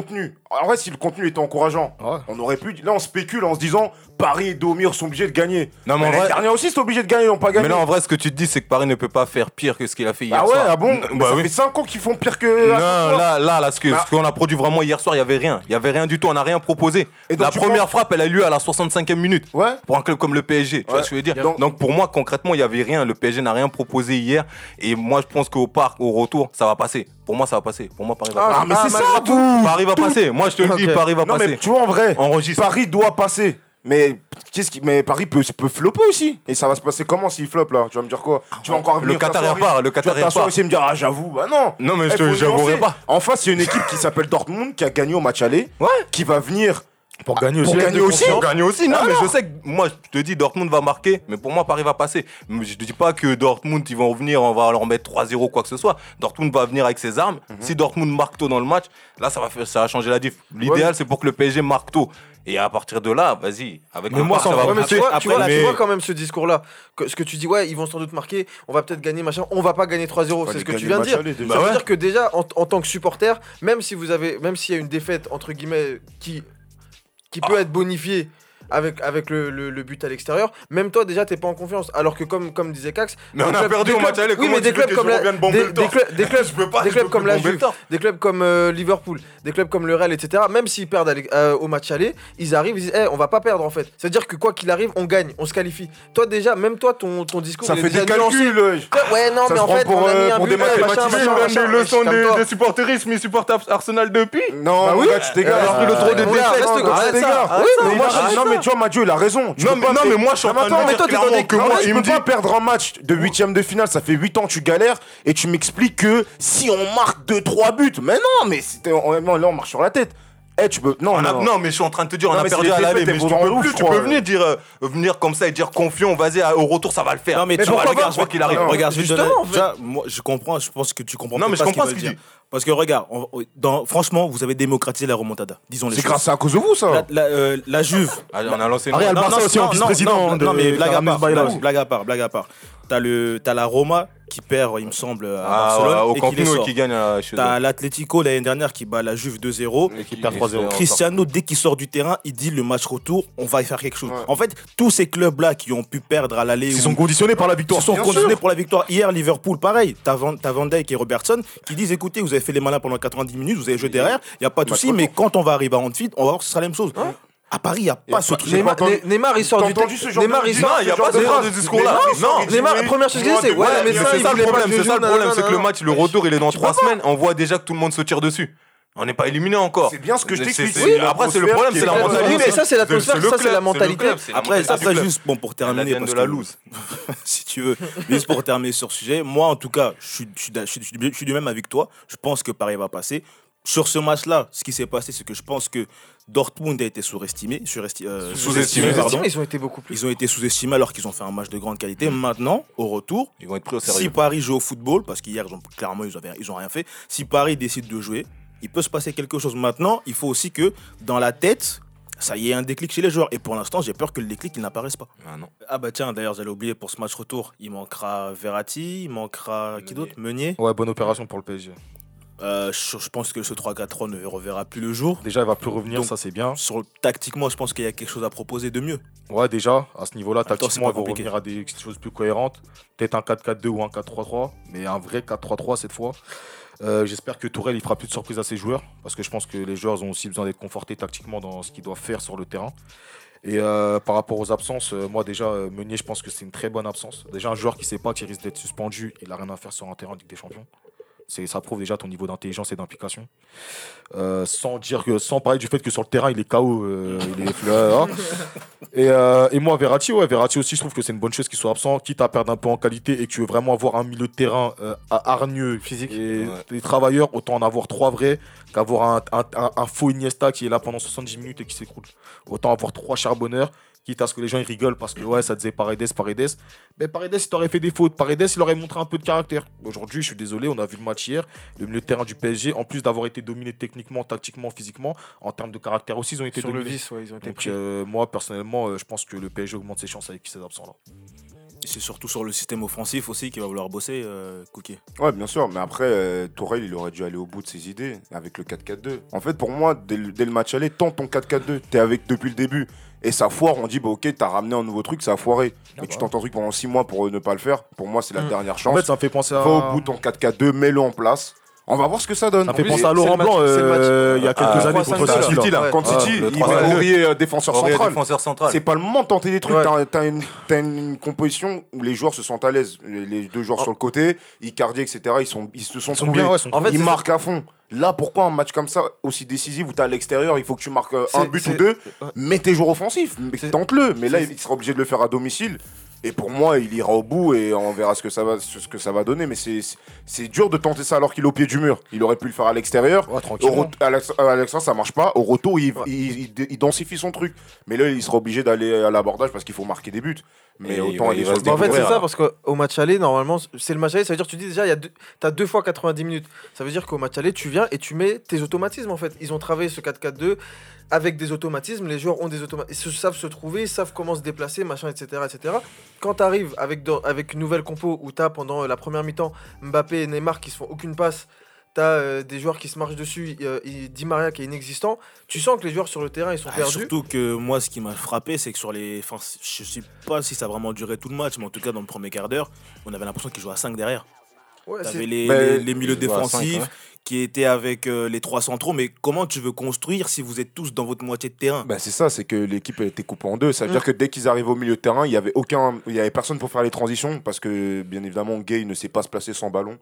Speaker 3: En vrai, si le contenu était encourageant,
Speaker 4: Ouais.
Speaker 3: on aurait pu. Là, on spécule en se disant Paris et Domir sont obligés de gagner.
Speaker 6: Non, mais en
Speaker 3: l'année
Speaker 6: vrai-
Speaker 3: dernière aussi, ils sont obligés de gagner, ils n'ont pas gagné.
Speaker 6: Mais là, en vrai, ce que tu te dis, c'est que Paris ne peut pas faire pire que ce qu'il a fait hier
Speaker 3: Ah ouais,
Speaker 6: soir.
Speaker 3: ah bon
Speaker 6: N-
Speaker 3: Mais
Speaker 6: bah
Speaker 3: ça
Speaker 6: oui.
Speaker 3: fait cinq ans qu'ils font pire que.
Speaker 6: Non,
Speaker 3: à chaque fois.
Speaker 6: là, là, là, ce que-
Speaker 3: Bah.
Speaker 6: ce qu'on a produit vraiment hier soir, il y avait rien. Il y avait rien du tout. On n'a rien proposé.
Speaker 3: Et donc,
Speaker 6: La
Speaker 3: tu
Speaker 6: première
Speaker 3: penses-
Speaker 6: frappe, elle a eu lieu à la soixante-cinquième minute.
Speaker 3: Ouais.
Speaker 6: Pour un club comme le P S G, tu vois
Speaker 3: Ouais.
Speaker 6: ce que je veux dire.
Speaker 3: Donc-
Speaker 6: Donc, pour moi, concrètement, il n'y avait rien. Le P S G n'a rien proposé hier. Et moi, je pense qu'au parc, au retour, ça va passer. Pour moi, ça va passer. Pour moi, Paris va
Speaker 5: Ah,
Speaker 6: passer.
Speaker 3: Ah, mais c'est ça,
Speaker 5: malgré
Speaker 3: tout.
Speaker 6: Paris va passer. Moi, je te le dis,
Speaker 5: Ok.
Speaker 6: Paris va
Speaker 3: Non,
Speaker 6: passer.
Speaker 3: mais tu vois, en vrai,
Speaker 6: Enregistre.
Speaker 3: Paris doit passer. Mais, qu'est-ce qui... mais Paris peut, peut flopper aussi. Et ça va se passer comment s'il floppe là? Tu vas me dire quoi? Tu vas encore
Speaker 6: Le
Speaker 3: venir
Speaker 6: Qatar
Speaker 3: t'asseoir
Speaker 6: repart,
Speaker 3: ici-
Speaker 6: le Qatar
Speaker 3: Tu vas t'asseoir
Speaker 6: repart.
Speaker 3: ici et me dire, ah, j'avoue, bah non.
Speaker 6: Non, mais je
Speaker 3: Eh,
Speaker 6: te-
Speaker 3: faut
Speaker 6: j'avouerai
Speaker 3: nuancer.
Speaker 6: pas.
Speaker 3: En face, c'est une équipe qui s'appelle Dortmund qui a gagné au match aller.
Speaker 6: Ouais.
Speaker 3: Qui va venir.
Speaker 4: Pour gagner
Speaker 3: Pour
Speaker 4: aussi.
Speaker 3: gagner aussi.
Speaker 6: Pour gagner aussi, non, mais
Speaker 3: Alors
Speaker 6: je sais que moi, je te dis, Dortmund va marquer, mais pour moi, Paris va passer. Mais je te dis pas que Dortmund, ils vont revenir, on va leur mettre trois zéro, quoi que ce soit. Dortmund va venir avec ses armes. Si Dortmund marque tôt dans le match, là, ça va, faire, ça va changer la diff. L'idéal, c'est pour que le P S G marque tôt. Et à partir de là, vas-y. Avec
Speaker 4: Mais
Speaker 6: le
Speaker 4: moi,
Speaker 6: Barça,
Speaker 4: ça
Speaker 6: ça
Speaker 4: va
Speaker 6: va
Speaker 5: Ouais, mais
Speaker 6: passer.
Speaker 5: tu vois, tu,
Speaker 2: après,
Speaker 5: vois,
Speaker 2: là,
Speaker 5: tu
Speaker 6: mais-
Speaker 5: vois quand même ce discours-là. que- Ce que tu dis, ouais, ils vont sans doute marquer, on va peut-être gagner, machin, on va pas gagner trois zéro. C'est
Speaker 3: Fallait
Speaker 5: ce que tu
Speaker 3: gagner
Speaker 5: viens
Speaker 3: le
Speaker 5: de
Speaker 3: match
Speaker 5: dire.
Speaker 3: aller, déjà.
Speaker 5: Ça
Speaker 6: Bah
Speaker 5: veut
Speaker 6: ouais.
Speaker 5: dire que déjà, en, en tant que supporter, même si vous avez, même s'il y a une défaite, entre guillemets, qui, qui peut être bonifiée avec, avec le, le- le but à l'extérieur, même toi déjà t'es pas en confiance. Alors que comme, comme disait Cax,
Speaker 6: Mais
Speaker 5: des
Speaker 6: on a
Speaker 5: clubs-
Speaker 6: perdu
Speaker 5: des
Speaker 6: au match
Speaker 5: clubs-
Speaker 6: aller,
Speaker 5: Oui,
Speaker 6: comment
Speaker 5: mais
Speaker 6: tu
Speaker 5: des
Speaker 6: veux
Speaker 5: clubs
Speaker 6: que
Speaker 5: comme
Speaker 6: je
Speaker 5: la-
Speaker 6: revienne bomber
Speaker 5: des,
Speaker 6: le
Speaker 5: des
Speaker 6: torse
Speaker 5: clubs, des clubs,
Speaker 6: Je peux pas,
Speaker 5: des
Speaker 6: je
Speaker 5: clubs
Speaker 6: peux
Speaker 5: comme
Speaker 6: plus
Speaker 5: la
Speaker 6: bomber le
Speaker 5: Juve,
Speaker 6: torse.
Speaker 5: des clubs comme euh, Liverpool, des clubs comme le Real, et cetera. Même s'ils perdent à l'e- euh, au match aller, ils arrivent, ils disent, Eh, on va pas perdre en fait. C'est-à-dire que quoi qu'il arrive, on gagne, on se qualifie. Toi déjà, même toi, ton, ton discours,
Speaker 3: Ça
Speaker 5: il est
Speaker 3: fait des
Speaker 5: déjà nuancé.
Speaker 3: calculs. euh,
Speaker 5: Ouais, non,
Speaker 3: Ça
Speaker 5: mais
Speaker 3: se
Speaker 5: en
Speaker 3: prend
Speaker 5: fait,
Speaker 3: pour,
Speaker 5: on a
Speaker 3: euh,
Speaker 5: mis un
Speaker 3: pour
Speaker 5: but,
Speaker 3: des
Speaker 5: machin,
Speaker 3: mathématiciens,
Speaker 5: machin,
Speaker 3: même
Speaker 5: machin,
Speaker 6: des leçons
Speaker 5: comme
Speaker 6: de,
Speaker 5: toi.
Speaker 6: de supporterisme, ils supportent Arsenal depuis.
Speaker 3: Non,
Speaker 5: Bah oui.
Speaker 3: regarde, tu t'égares.
Speaker 6: Alors, le trop de
Speaker 3: Euh,
Speaker 6: défaites,
Speaker 3: arrête,
Speaker 5: reste-
Speaker 3: arrête,
Speaker 5: arrête ça,
Speaker 3: t'égares.
Speaker 5: arrête ça,
Speaker 3: Mais
Speaker 5: moi,
Speaker 3: moi,
Speaker 5: je-
Speaker 3: non, mais tu vois, Mathieu, il a raison. Tu
Speaker 6: Non,
Speaker 3: peux
Speaker 6: mais,
Speaker 3: pas
Speaker 6: non,
Speaker 3: faire-
Speaker 6: mais moi, je suis en train de
Speaker 3: attends,
Speaker 6: me
Speaker 3: mais
Speaker 6: dire
Speaker 5: toi, t'es dans
Speaker 6: clairement
Speaker 5: des-
Speaker 6: que
Speaker 3: Non,
Speaker 6: moi,
Speaker 3: mais tu
Speaker 6: il me
Speaker 3: peux pas
Speaker 6: dit...
Speaker 3: perdre un match de huitième de finale, ça fait huit ans que tu galères, et tu m'expliques que si on marque deux trois buts, mais non, mais c'était- on- non, là on marche sur la tête. Eh, tu peux. Non,
Speaker 6: On a-
Speaker 3: non,
Speaker 6: non, mais je suis en train de te dire, on
Speaker 3: Non,
Speaker 6: a
Speaker 3: mais
Speaker 6: perdu
Speaker 3: c'est
Speaker 6: à
Speaker 3: les
Speaker 6: l'aller,
Speaker 3: défaites,
Speaker 6: mais
Speaker 3: elles
Speaker 6: tu
Speaker 3: vont dans
Speaker 6: peux
Speaker 3: le
Speaker 6: plus,
Speaker 3: ouf,
Speaker 6: tu
Speaker 3: je
Speaker 6: peux
Speaker 3: crois.
Speaker 6: venir dire, euh, venir comme ça et dire confiant, vas-y, à- au retour ça va le faire.
Speaker 2: Non mais,
Speaker 5: Mais
Speaker 2: tu vois,
Speaker 5: pourquoi
Speaker 2: regarde,
Speaker 5: pas
Speaker 2: je vois qu'il arrive.
Speaker 3: Non,
Speaker 2: Regarde, je vais te
Speaker 5: justement,
Speaker 2: donner-
Speaker 5: en fait.
Speaker 2: déjà, moi, je comprends. Je pense que tu comprends.
Speaker 6: Non, mais
Speaker 2: peut-être
Speaker 6: je
Speaker 2: pas
Speaker 6: comprends
Speaker 2: ce
Speaker 6: ce
Speaker 2: qu'il
Speaker 6: qu'il
Speaker 2: veut
Speaker 6: dit.
Speaker 2: dire. Parce que regarde, on- dans, franchement, vous avez démocratisé la remontada. Disons les
Speaker 3: c'est
Speaker 2: choses.
Speaker 3: grâce à cause de vous, ça.
Speaker 2: La, la, euh, la Juve.
Speaker 6: Allez, on a lancé une...
Speaker 4: Ariel
Speaker 2: Non,
Speaker 4: Barça
Speaker 2: non,
Speaker 4: aussi en
Speaker 2: non,
Speaker 4: vice-président
Speaker 2: non,
Speaker 4: de
Speaker 2: non, mais blague à
Speaker 4: Caramel
Speaker 2: part,
Speaker 4: Bayram.
Speaker 2: blague, blague à part, blague à part. T'as le, t'as la Roma qui perd, il me semble, à
Speaker 6: Ah,
Speaker 2: Barcelone
Speaker 6: ouais, au
Speaker 2: et
Speaker 6: Camp
Speaker 2: qui les
Speaker 6: Nou et
Speaker 2: sort.
Speaker 6: qui gagne à chez eux.
Speaker 2: T'as l'Atlético l'année dernière qui bat la Juve deux zéro.
Speaker 6: Et qui
Speaker 4: perd trois zéro.
Speaker 2: Cristiano, dès qu'il sort du terrain, il dit le match retour, on va y faire quelque chose.
Speaker 3: Ouais.
Speaker 2: En fait, tous ces clubs-là qui ont pu perdre à l'aller,
Speaker 4: Ils
Speaker 2: ou-
Speaker 4: sont conditionnés par la victoire.
Speaker 2: ils sont
Speaker 3: bien
Speaker 2: conditionnés
Speaker 3: sûr.
Speaker 2: pour la victoire. Hier, Liverpool, pareil. T'as Van, t'as Van Dijk et Robertson qui disent écoutez, vous avez fait les malins pendant quatre-vingt-dix minutes, vous avez joué derrière, il n'y a pas de
Speaker 3: Match
Speaker 2: souci, mais
Speaker 3: retour.
Speaker 2: quand on va arriver à Anfield, on va voir que ce sera la même chose. À Paris, il n'y a
Speaker 3: Y a
Speaker 2: pas ce
Speaker 3: pas-
Speaker 2: truc.
Speaker 3: j'ai
Speaker 5: Neymar,
Speaker 3: pas entendu-
Speaker 5: Ne- Neymar, il sort
Speaker 3: T'as
Speaker 5: du
Speaker 3: entendu ce genre
Speaker 5: Neymar,
Speaker 3: de-
Speaker 5: il
Speaker 3: Non,
Speaker 5: sort.
Speaker 6: il y a
Speaker 5: ce
Speaker 6: pas
Speaker 5: genre
Speaker 6: ce genre de
Speaker 5: phrase.
Speaker 6: discours-là.
Speaker 5: Neymar,
Speaker 6: Non,
Speaker 3: il dit,
Speaker 5: Neymar,
Speaker 3: oui,
Speaker 5: première chose qu'il dit,
Speaker 3: moi,
Speaker 5: c'est
Speaker 3: de-
Speaker 5: ouais,
Speaker 3: ouais,
Speaker 5: mais
Speaker 3: mais
Speaker 5: ça,
Speaker 6: c'est
Speaker 5: il
Speaker 6: ça le
Speaker 5: voulait pas
Speaker 6: problème,
Speaker 5: que
Speaker 6: c'est
Speaker 5: je
Speaker 6: ça
Speaker 5: joue,
Speaker 6: le problème, c'est que le
Speaker 5: nanana.
Speaker 6: match, le retour, il est dans trois semaines. On voit déjà que tout le monde se tire dessus. On n'est pas éliminé encore.
Speaker 3: C'est bien ce que je
Speaker 6: C'est-
Speaker 3: t'explique.
Speaker 6: c'est-
Speaker 3: Oui,
Speaker 6: après, c'est le
Speaker 3: l'atmosphère
Speaker 6: problème,
Speaker 3: qui
Speaker 6: c'est
Speaker 3: est
Speaker 6: la
Speaker 3: pas-
Speaker 6: mentalité.
Speaker 5: Oui, mais ça, c'est l'atmosphère,
Speaker 6: le
Speaker 5: ça, c'est
Speaker 6: club,
Speaker 5: la
Speaker 6: le
Speaker 5: mentalité.
Speaker 6: club, c'est la
Speaker 2: Après,
Speaker 6: mentalité du
Speaker 2: après
Speaker 6: club.
Speaker 2: juste bon, pour
Speaker 6: La
Speaker 2: terminer,
Speaker 6: D N
Speaker 2: parce
Speaker 6: de la
Speaker 2: que-
Speaker 6: loose.
Speaker 2: si tu veux, juste pour terminer sur ce sujet, moi en tout cas, je suis, je suis, d'a- je suis, je suis du même avec toi. Je pense que Paris va passer. Sur ce match-là, ce qui s'est passé, c'est que je pense que Dortmund a été surestimé, suresti- euh,
Speaker 6: Sous-estimé,
Speaker 2: sous-estimé, pardon.
Speaker 5: Ils ont été beaucoup plus.
Speaker 2: Ils ont été sous-estimés alors qu'ils ont fait un match de grande qualité. Maintenant, au retour,
Speaker 6: Ils vont être pris au
Speaker 2: si
Speaker 6: sérieux.
Speaker 2: Paris joue au football, parce qu'hier, ils ont- clairement, ils n'ont ils ont rien fait, si Paris décide de jouer, il peut se passer quelque chose. Maintenant, il faut aussi que dans la tête, ça y ait un déclic chez les joueurs. Et pour l'instant, j'ai peur que le déclic, il n'apparaisse pas.
Speaker 6: Ah non.
Speaker 2: Ah bah tiens, d'ailleurs, j'allais oublier pour ce match retour, il manquera Verratti, il manquera qui d'autre Meunier.
Speaker 4: Ouais, bonne opération pour le P S G.
Speaker 2: Euh, je, je pense que ce trois quatre trois ne reverra plus le jour.
Speaker 4: Déjà, il va plus revenir,
Speaker 2: Donc,
Speaker 4: ça c'est bien.
Speaker 2: Sur, tactiquement, je pense qu'il y a quelque chose à proposer de mieux.
Speaker 4: Ouais, déjà, à ce niveau-là,
Speaker 2: Attends,
Speaker 4: tactiquement,
Speaker 2: c'est
Speaker 4: ils
Speaker 2: pas
Speaker 4: vont
Speaker 2: compliqué.
Speaker 4: revenir à des choses plus cohérentes. Peut-être un quatre quatre deux ou un quatre trois trois, mais un vrai quatre trois trois cette fois. Euh, J'espère que Tourelle il fera plus de surprises à ses joueurs, parce que je pense que les joueurs ont aussi besoin d'être confortés tactiquement dans ce qu'ils doivent faire sur le terrain. Et euh, par rapport aux absences, euh, moi déjà, euh, Meunier, je pense que c'est une très bonne absence. Déjà, un joueur qui sait pas qu'il risque d'être suspendu, il a rien à faire sur un terrain de Ligue des Champions. C'est- Ça prouve déjà ton niveau d'intelligence et d'implication. Euh, sans dire que, sans parler du fait que sur le terrain il est K O, euh, il est fleur. Et, euh, et moi, Verratti, ouais, Verratti aussi, je trouve que c'est une bonne chose qu'il soit absent, quitte à perdre un peu en qualité et que tu veux vraiment avoir un milieu de terrain euh, hargneux,
Speaker 5: Physique.
Speaker 4: et
Speaker 6: Ouais.
Speaker 4: des travailleurs, autant en avoir trois vrais qu'avoir un, un, un- un faux Iniesta qui est là pendant soixante-dix minutes et qui s'écroule. Autant avoir trois charbonneurs, quitte à ce que les gens ils rigolent parce que ouais, ça disait Paredes, Paredes. Mais Paredes, il t'aurait fait des fautes. Paredes, il aurait montré un peu de caractère. Aujourd'hui, je suis désolé, on a vu le match hier. Le milieu de terrain du P S G, en plus d'avoir été dominé techniquement, tactiquement, physiquement, en termes de caractère aussi, ils ont été
Speaker 5: Sur le
Speaker 4: dominés.
Speaker 5: vice, ouais, ils ont été
Speaker 4: Donc
Speaker 5: pris.
Speaker 4: euh, moi, personnellement, euh, je pense que le P S G augmente ses chances avec ces absents-là.
Speaker 2: C'est surtout sur le système offensif aussi qu'il va vouloir bosser, euh, Kouké.
Speaker 3: Ouais, bien sûr, mais après, euh, Tourelle, il aurait dû aller au bout de ses idées avec le quatre quatre deux. En fait, pour moi, dès le, dès le match aller, tente ton quatre quatre deux. T'es avec depuis le début. Et ça foire, on dit, bah ok, t'as ramené un nouveau truc, ça a foiré. Mais tu tentes un truc pendant six mois pour euh, ne pas le faire. Pour moi, c'est la
Speaker 5: Mm.
Speaker 3: dernière
Speaker 4: En
Speaker 3: chance.
Speaker 4: fait, ça me fait penser à.
Speaker 3: Va au bout de ton quatre quatre deux, mets-le en place. On va voir ce que ça donne.
Speaker 4: Ça me fait
Speaker 5: plus,
Speaker 4: penser à
Speaker 5: c'est
Speaker 4: Laurent
Speaker 5: le match-
Speaker 4: Blanc
Speaker 5: c'est le match.
Speaker 4: euh, il y a quelques
Speaker 6: Ah,
Speaker 4: années
Speaker 5: trois
Speaker 4: contre
Speaker 5: cinq deux,
Speaker 4: City.
Speaker 3: City, là,
Speaker 5: Ouais.
Speaker 3: quand
Speaker 4: Ah,
Speaker 3: City,
Speaker 6: le
Speaker 3: il
Speaker 6: trois
Speaker 3: met
Speaker 6: cinq deux.
Speaker 3: Aurier euh, défenseur
Speaker 6: Aurier,
Speaker 3: central.
Speaker 6: défenseur central.
Speaker 3: C'est pas le moment de tenter des trucs.
Speaker 5: Ouais.
Speaker 3: T'as, t'as une, t'as une composition où les joueurs se sentent à l'aise. Les, les deux joueurs
Speaker 5: Oh.
Speaker 3: sur le côté, Icardi, et cetera. Ils, sont, ils se sont
Speaker 4: Ils sont
Speaker 3: trouvés.
Speaker 4: bien, ouais, ils sont
Speaker 5: En fait,
Speaker 3: Ils
Speaker 5: c'est-
Speaker 3: marquent à fond. Là, pourquoi un match comme ça, aussi décisif, où t'es à l'extérieur, il faut que tu marques euh, un
Speaker 5: C'est-
Speaker 3: but
Speaker 5: c'est-
Speaker 3: ou deux,
Speaker 5: ouais.
Speaker 3: mets tes joueurs offensifs, mais
Speaker 5: C'est-
Speaker 3: tente-le. Mais là,
Speaker 5: c'est-
Speaker 3: il sera obligé de le faire à domicile. Et pour moi, il ira au bout et on verra ce que ça va, ce que ça va donner. Mais c'est, c'est, c'est dur de tenter ça alors qu'il est au pied du mur. Il aurait pu le faire à l'extérieur.
Speaker 4: Ouais,
Speaker 3: Au
Speaker 4: tranquillement.
Speaker 3: ret- à l'ex- à l'extérieur, ça marche pas. Au retour, il,
Speaker 5: Ouais.
Speaker 3: il, il- il densifie son truc. Mais là, il sera obligé d'aller à l'abordage parce qu'il faut marquer des buts. Mais
Speaker 6: Et
Speaker 3: autant
Speaker 6: il va-
Speaker 3: aller
Speaker 6: il
Speaker 3: sur
Speaker 6: va
Speaker 3: le
Speaker 6: se
Speaker 5: Bah, en fait, c'est
Speaker 6: découvrir,
Speaker 5: ça,
Speaker 6: là.
Speaker 5: parce qu'au match aller, normalement, c'est le match aller, ça veut dire que tu dis déjà, il y a deux, t'as deux fois quatre-vingt-dix minutes. Ça veut dire qu'au match aller, tu viens et tu mets tes automatismes, en fait. Ils ont travaillé ce quatre quatre deux avec des automatismes, les joueurs ont des automatismes, ils savent se trouver, ils savent comment se déplacer, machin, et cetera, et cetera. Quand tu arrives avec, dans- avec une nouvelle compo où tu as pendant la première mi-temps Mbappé et Neymar qui se font aucune passe, tu as des joueurs qui se marchent dessus, euh, il- Di Maria qui est inexistant, tu sens que les joueurs sur le terrain, ils sont
Speaker 2: Ah,
Speaker 5: perdus.
Speaker 2: surtout que moi, ce qui m'a frappé, c'est que sur les. Enfin, je sais pas si ça a vraiment duré tout le match, mais en tout cas, dans le premier quart d'heure, on avait l'impression qu'ils jouaient à cinq derrière.
Speaker 5: Ouais, c'est-
Speaker 2: T'avais les,
Speaker 3: Mais-
Speaker 2: les, les milieux
Speaker 6: Ils jouent à cinq,
Speaker 2: défensifs
Speaker 6: ouais.
Speaker 2: qui étaient avec euh, les trois centraux, mais comment tu veux construire si vous êtes tous dans votre moitié de terrain?
Speaker 3: Bah c'est ça, c'est que l'équipe a été coupée en deux. Ça veut
Speaker 5: Mm.
Speaker 3: dire que dès qu'ils arrivent au milieu de terrain, il y avait aucun, il y avait personne pour faire les transitions parce que bien évidemment Gay ne sait pas se placer sans ballon.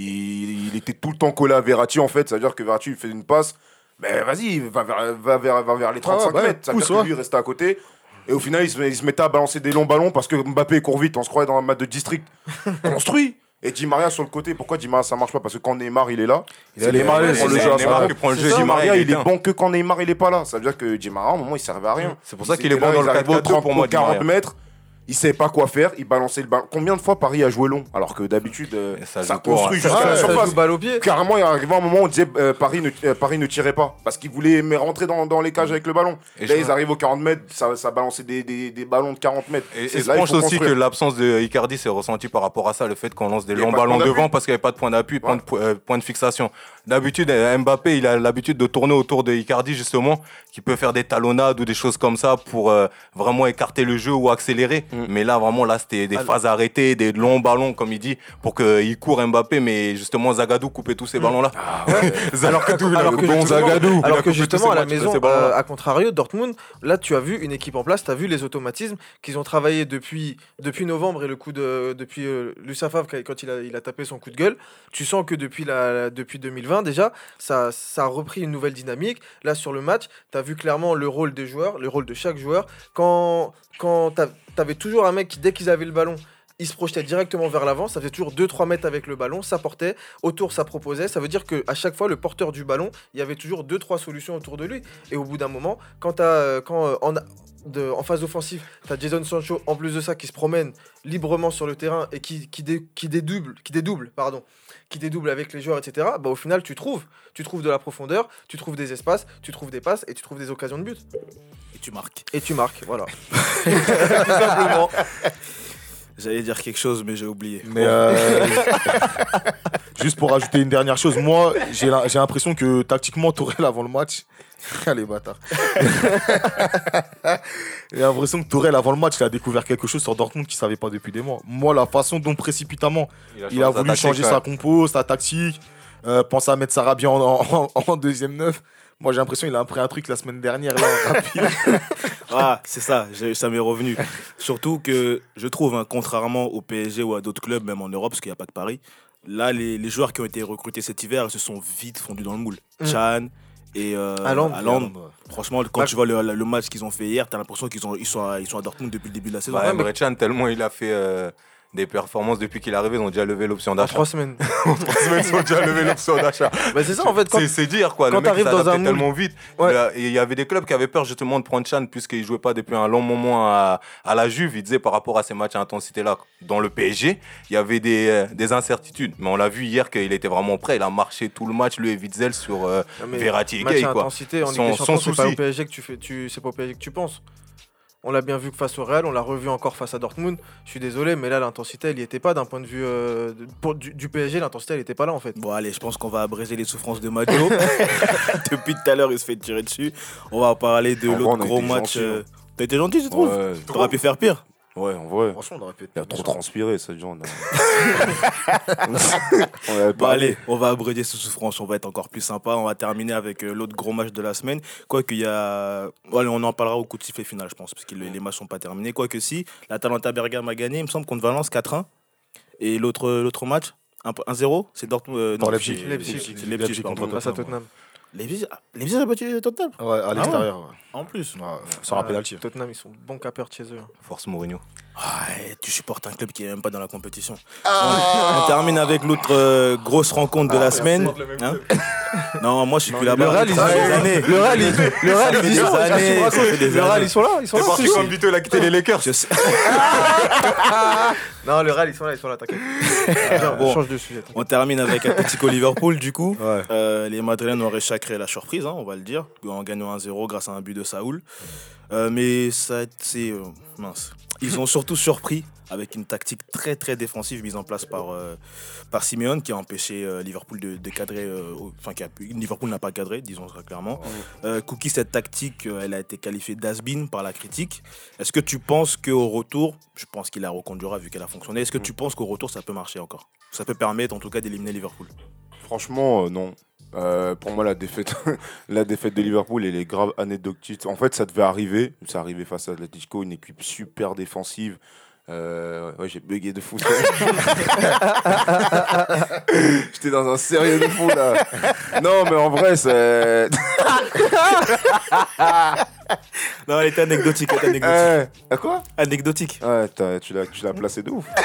Speaker 3: Il, il était tout le temps collé à Verratti en fait. Ça veut dire que Verratti il fait une passe, ben vas-y, va vers, va vers, va vers les trente-cinq
Speaker 4: bah ouais,
Speaker 3: mètres. Ça veut
Speaker 4: pousse,
Speaker 3: dire que
Speaker 4: ouais.
Speaker 3: lui il restait à côté. Et au final, il se, met- il se mettait à balancer des longs ballons parce que Mbappé court vite. On se croyait dans un match de district. Construit. Et Di Maria sur le côté. Pourquoi Di Maria ça marche pas? Parce que quand Neymar il est là,
Speaker 4: est
Speaker 3: Neymar
Speaker 4: là,
Speaker 3: qui prend
Speaker 4: c'est
Speaker 3: le jeu à son
Speaker 6: Neymar
Speaker 3: compte.
Speaker 6: qui prend le
Speaker 5: C'est
Speaker 6: jeu,
Speaker 5: ça,
Speaker 6: Di
Speaker 3: Di Maria,
Speaker 6: Maria
Speaker 3: il est
Speaker 6: éteint.
Speaker 3: bon que quand Neymar il est pas là. Ça veut dire que Di Maria, à un moment, il servait à rien.
Speaker 6: C'est pour ça qu'il
Speaker 3: Ils
Speaker 6: est bon
Speaker 3: étaient
Speaker 6: dans
Speaker 3: là,
Speaker 6: le
Speaker 3: ils arrivaient au
Speaker 6: quatre quatre deux pour moi,
Speaker 3: au
Speaker 6: Di Maria.
Speaker 3: quarante mètres. Il savait pas quoi faire, il balançait le ballon. Combien de fois Paris a joué long? Alors que d'habitude, euh,
Speaker 6: Et ça
Speaker 3: ça,
Speaker 6: joue court,
Speaker 3: construit
Speaker 6: hein.
Speaker 3: jusqu'à
Speaker 5: Ouais,
Speaker 3: la
Speaker 5: ça
Speaker 3: surface.
Speaker 5: joue balle au pied.
Speaker 3: Carrément, il est arrivé un moment où on disait euh, Paris, ne, euh, Paris ne tirait pas. Parce qu'ils voulaient mais rentrer dans, dans les cages avec le ballon.
Speaker 6: Et
Speaker 3: Là,
Speaker 6: je-
Speaker 3: ils arrivent aux quarante mètres, ça, ça balançait des, des, des ballons de quarante mètres.
Speaker 6: Et, et
Speaker 3: C'est
Speaker 6: je
Speaker 3: là, il
Speaker 6: pense
Speaker 3: faut
Speaker 6: aussi que
Speaker 3: construire.
Speaker 6: l'absence de Icardi s'est ressentie par rapport à ça, le fait qu'on lance des
Speaker 3: Il y a
Speaker 6: longs
Speaker 3: pas de
Speaker 6: ballons
Speaker 3: point d'appui.
Speaker 6: devant parce qu'il n'y avait pas de point d'appui, point, de, po- euh, point de fixation. D'habitude, euh, Mbappé, il a l'habitude de tourner autour de Icardi, justement, qui peut faire des talonnades ou des choses comme ça pour euh, vraiment écarter le jeu ou accélérer.
Speaker 3: Mm.
Speaker 6: Mais là, vraiment, là, c'était des
Speaker 5: Alors-
Speaker 6: phases arrêtées, des longs ballons, comme il dit, pour qu'il court Mbappé, mais justement, Zagadou coupait tous ces ballons-là.
Speaker 5: Alors que,
Speaker 6: il a
Speaker 5: alors
Speaker 6: le
Speaker 5: que
Speaker 6: bon
Speaker 5: justement-
Speaker 6: Zagadou, il a
Speaker 5: alors que
Speaker 6: coupé
Speaker 5: justement,
Speaker 6: tous
Speaker 5: à
Speaker 6: ces
Speaker 5: la
Speaker 6: matchs,
Speaker 5: maison,
Speaker 6: ces ballons-là.
Speaker 5: euh, à contrario, Dortmund, là, tu as vu une équipe en place, tu as vu les automatismes qu'ils ont travaillé depuis, depuis novembre et le coup de depuis euh, Lucien Favre quand il a, il a tapé son coup de gueule. Tu sens que depuis, la, depuis deux mille vingt, déjà, ça, ça a repris une nouvelle dynamique. Là, sur le match, tu as vu clairement le rôle des joueurs, le rôle de chaque joueur. Quand, quand tu avais toujours un mec qui, dès qu'ils avaient le ballon, il se projetait directement vers l'avant, ça faisait toujours deux trois mètres avec le ballon, ça portait, autour ça proposait, ça veut dire qu'à chaque fois le porteur du ballon, il y avait toujours deux trois solutions autour de lui. Et au bout d'un moment, quand, t'as, euh, quand euh, en, de, en phase offensive, tu as Jadon Sancho en plus de ça qui se promène librement sur le terrain et qui, qui, dé, qui, dédouble, qui dédouble, pardon, qui dédouble avec les joueurs, et cetera, bah, au final tu trouves, tu trouves de la profondeur, tu trouves des espaces, tu trouves des passes et tu trouves des occasions de but.
Speaker 2: Et tu marques.
Speaker 5: Et tu marques, voilà. Tout simplement.
Speaker 2: J'allais dire quelque chose, mais j'ai oublié.
Speaker 4: Mais euh, juste pour ajouter une dernière chose, moi j'ai la- j'ai l'impression que tactiquement Tourelle avant le match, allez bâtard. J'ai l'impression que Tourelle avant le match il a découvert quelque chose sur Dortmund qu'il savait pas depuis des mois. Moi la façon dont précipitamment il a voulu changer sa compo, sa tactique, euh, pense à mettre Sarabia en, en, en deuxième neuf. Moi j'ai l'impression qu'il a appris un truc la semaine dernière là rapide.
Speaker 2: Ah, c'est ça, j'ai- ça m'est revenu. Surtout que je trouve, hein, contrairement au P S G ou à d'autres clubs, même en Europe, parce qu'il n'y a pas que Paris, là, les, les joueurs qui ont été recrutés cet hiver, ils se sont vite fondus dans le moule.
Speaker 5: Mm.
Speaker 2: Chan et euh,
Speaker 5: Haaland.
Speaker 2: Haaland. Franchement, quand
Speaker 5: Bah,
Speaker 2: tu vois le, le match qu'ils ont fait hier, t'as l'impression qu'ils ont, ils sont, à, ils sont à Dortmund depuis le début de la saison.
Speaker 6: Bah,
Speaker 5: Ouais, mais-
Speaker 6: Emre Can, tellement il a fait euh, des performances depuis qu'il est arrivé, ils ont déjà levé l'option
Speaker 5: En
Speaker 6: d'achat.
Speaker 5: trois semaines.
Speaker 6: Trois semaines, ils ont déjà levé l'option d'achat.
Speaker 5: Bah, c'est ça en fait. Quand,
Speaker 6: C'est c'est dire quoi,
Speaker 5: quand
Speaker 6: le mec il
Speaker 5: t'arrives dans
Speaker 6: s'adaptait
Speaker 5: un moule-
Speaker 6: tellement vite.
Speaker 5: Ouais.
Speaker 6: Là, et il y avait des clubs qui avaient peur justement de prendre Chan puisqu'il jouait pas depuis un long moment à, à la Juve. Il disait par rapport à ces matchs à intensité là dans le P S G, il y avait des, euh, des incertitudes. Mais on l'a vu hier qu'il était vraiment prêt. Il a marché tout le match lui et Witzel sur euh,
Speaker 5: Non, mais
Speaker 6: Verratti et
Speaker 5: match
Speaker 6: Gay
Speaker 5: à
Speaker 6: quoi.
Speaker 5: intensité en Ligue
Speaker 6: Sans-
Speaker 5: des Champions,
Speaker 6: sans
Speaker 5: c'est pas au
Speaker 6: souci.
Speaker 5: P S G que tu fais, tu, c'est pas au P S G que tu penses. On l'a bien vu que face au Real, on l'a revu encore face à Dortmund. Je suis désolé, mais là, l'intensité, elle n'y était pas d'un point de vue euh, de- pour- du, du P S G. L'intensité, elle n'était pas là en fait.
Speaker 2: Bon, allez, je pense qu'on va abréger les souffrances de Majo. Depuis tout à l'heure, il se fait tirer dessus. On va parler de
Speaker 3: En vrai,
Speaker 2: l'autre
Speaker 3: on a
Speaker 2: gros
Speaker 3: été
Speaker 2: match.
Speaker 3: gentil,
Speaker 2: euh,
Speaker 3: hein.
Speaker 2: T'as été gentil, tu trouves
Speaker 3: Ouais,
Speaker 2: T'aurais pu faire pire.
Speaker 3: ouais, en vrai.
Speaker 4: Franchement, on aurait pu être.
Speaker 3: Il a trop transpiré, cette journée. On avait
Speaker 2: Bon,
Speaker 3: parlé.
Speaker 2: allez, on va abréger ces souffrances, on va être encore plus sympa. On va terminer avec euh, l'autre gros match de la semaine. Quoique, il y a. Allez, on en parlera au coup de sifflet final, je pense, parce que les, les matchs sont pas terminés. Quoique, si, l'Atalanta Bergame a gagné, il me semble, contre Valence quatre un. Et l'autre l'autre match, un zéro, c'est Dortmund. euh,
Speaker 4: Non,
Speaker 2: non,
Speaker 4: Leipzig.
Speaker 2: c'est-
Speaker 5: Leipzig.
Speaker 2: C'est Leipzig,
Speaker 4: Leipzig
Speaker 2: pardon.
Speaker 4: contre
Speaker 5: Face à Tottenham.
Speaker 2: Leipzig, ah, Leipzig a battu Tottenham
Speaker 4: Ouais, à l'extérieur. ouais.
Speaker 2: en plus.
Speaker 4: Ouais, sur un
Speaker 5: Ouais,
Speaker 4: penalty.
Speaker 5: Tottenham, ils sont bons capeurs de chez eux.
Speaker 6: Force Mourinho.
Speaker 2: Ah, et tu supportes un club qui est même pas dans la compétition. On termine avec l'autre euh, grosse rencontre de la semaine. Hein non, moi je suis plus là-bas.
Speaker 5: Le Real, ils
Speaker 2: Ça fait
Speaker 5: sont-
Speaker 2: des années.
Speaker 5: Le Real, ils- le Real,
Speaker 2: Ça fait
Speaker 5: ils y
Speaker 2: des
Speaker 5: sont.
Speaker 2: années, ça fait des
Speaker 5: Le Real,
Speaker 2: années.
Speaker 5: ils sont là. Ils sont là. toujours.
Speaker 6: Vito, il a quitté les Lakers.
Speaker 2: Je sais-
Speaker 5: Non, le Real, ils sont là. Ils sont là. T'inquiète. Viens,
Speaker 2: bon.
Speaker 5: change de sujet. t'inquiète.
Speaker 2: On termine avec Atletico Liverpool du coup.
Speaker 4: Ouais.
Speaker 2: Euh, les Madrilènes ont réussi à créer la surprise, hein, on va le dire, en gagnant un zéro grâce à un but de Saoul. Euh, mais ça, c'est euh, mince. Ils ont surtout surpris avec une tactique très très défensive mise en place par, euh, par Simeone qui a empêché euh, Liverpool de, de cadrer. euh, au- Enfin, qui a pu- Liverpool n'a pas cadré, disons ça clairement. Euh, Cookie, cette tactique, euh, elle a été qualifiée d'has-been par la critique. Est-ce que tu penses qu'au retour, je pense qu'il la reconduira vu qu'elle a fonctionné, est-ce que tu penses qu'au retour ça peut marcher encore? Ça peut permettre en tout cas d'éliminer Liverpool?
Speaker 3: Franchement, euh, non. Euh, pour moi, la défaite, la défaite de Liverpool, elle est grave anecdotique. En fait, ça devait arriver. Ça arrivait face à Atletico, une équipe super défensive. Euh, ouais, j'ai bugué de fou. J'étais dans un sérieux de fou là. Non, mais en vrai, c'est.
Speaker 2: Non, elle était anecdotique, elle était anecdotique.
Speaker 3: Eh, à quoi?
Speaker 2: Anecdotique.
Speaker 3: Ouais, t'as- tu l'as tu l'as placé de ouf.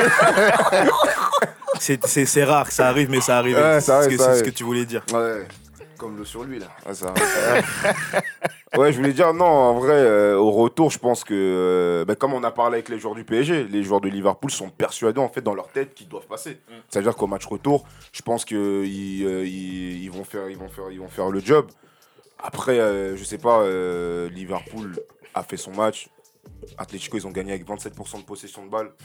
Speaker 2: C'est, c'est, c'est rare que ça arrive, mais ça arrive.
Speaker 3: Ouais, ça
Speaker 2: c'est
Speaker 3: arrive,
Speaker 2: ce que,
Speaker 3: ça
Speaker 2: c'est ce
Speaker 3: arrive.
Speaker 2: que tu voulais dire.
Speaker 3: Ouais, comme l'eau sur lui là. Ouais, ça, ça- ouais, je voulais dire, non, en vrai, euh, au retour, je pense que, euh, ben, comme on a parlé avec les joueurs du P S G, les joueurs de Liverpool sont persuadés en fait dans leur tête qu'ils doivent passer. C'est-à-dire qu'au match retour, je pense qu'ils euh, ils, ils vont faire, ils, vont faire, ils vont faire le job. Après, euh, je sais pas, euh, Liverpool a fait son match. Atletico, ils ont gagné avec vingt-sept pour cent de possession de balle.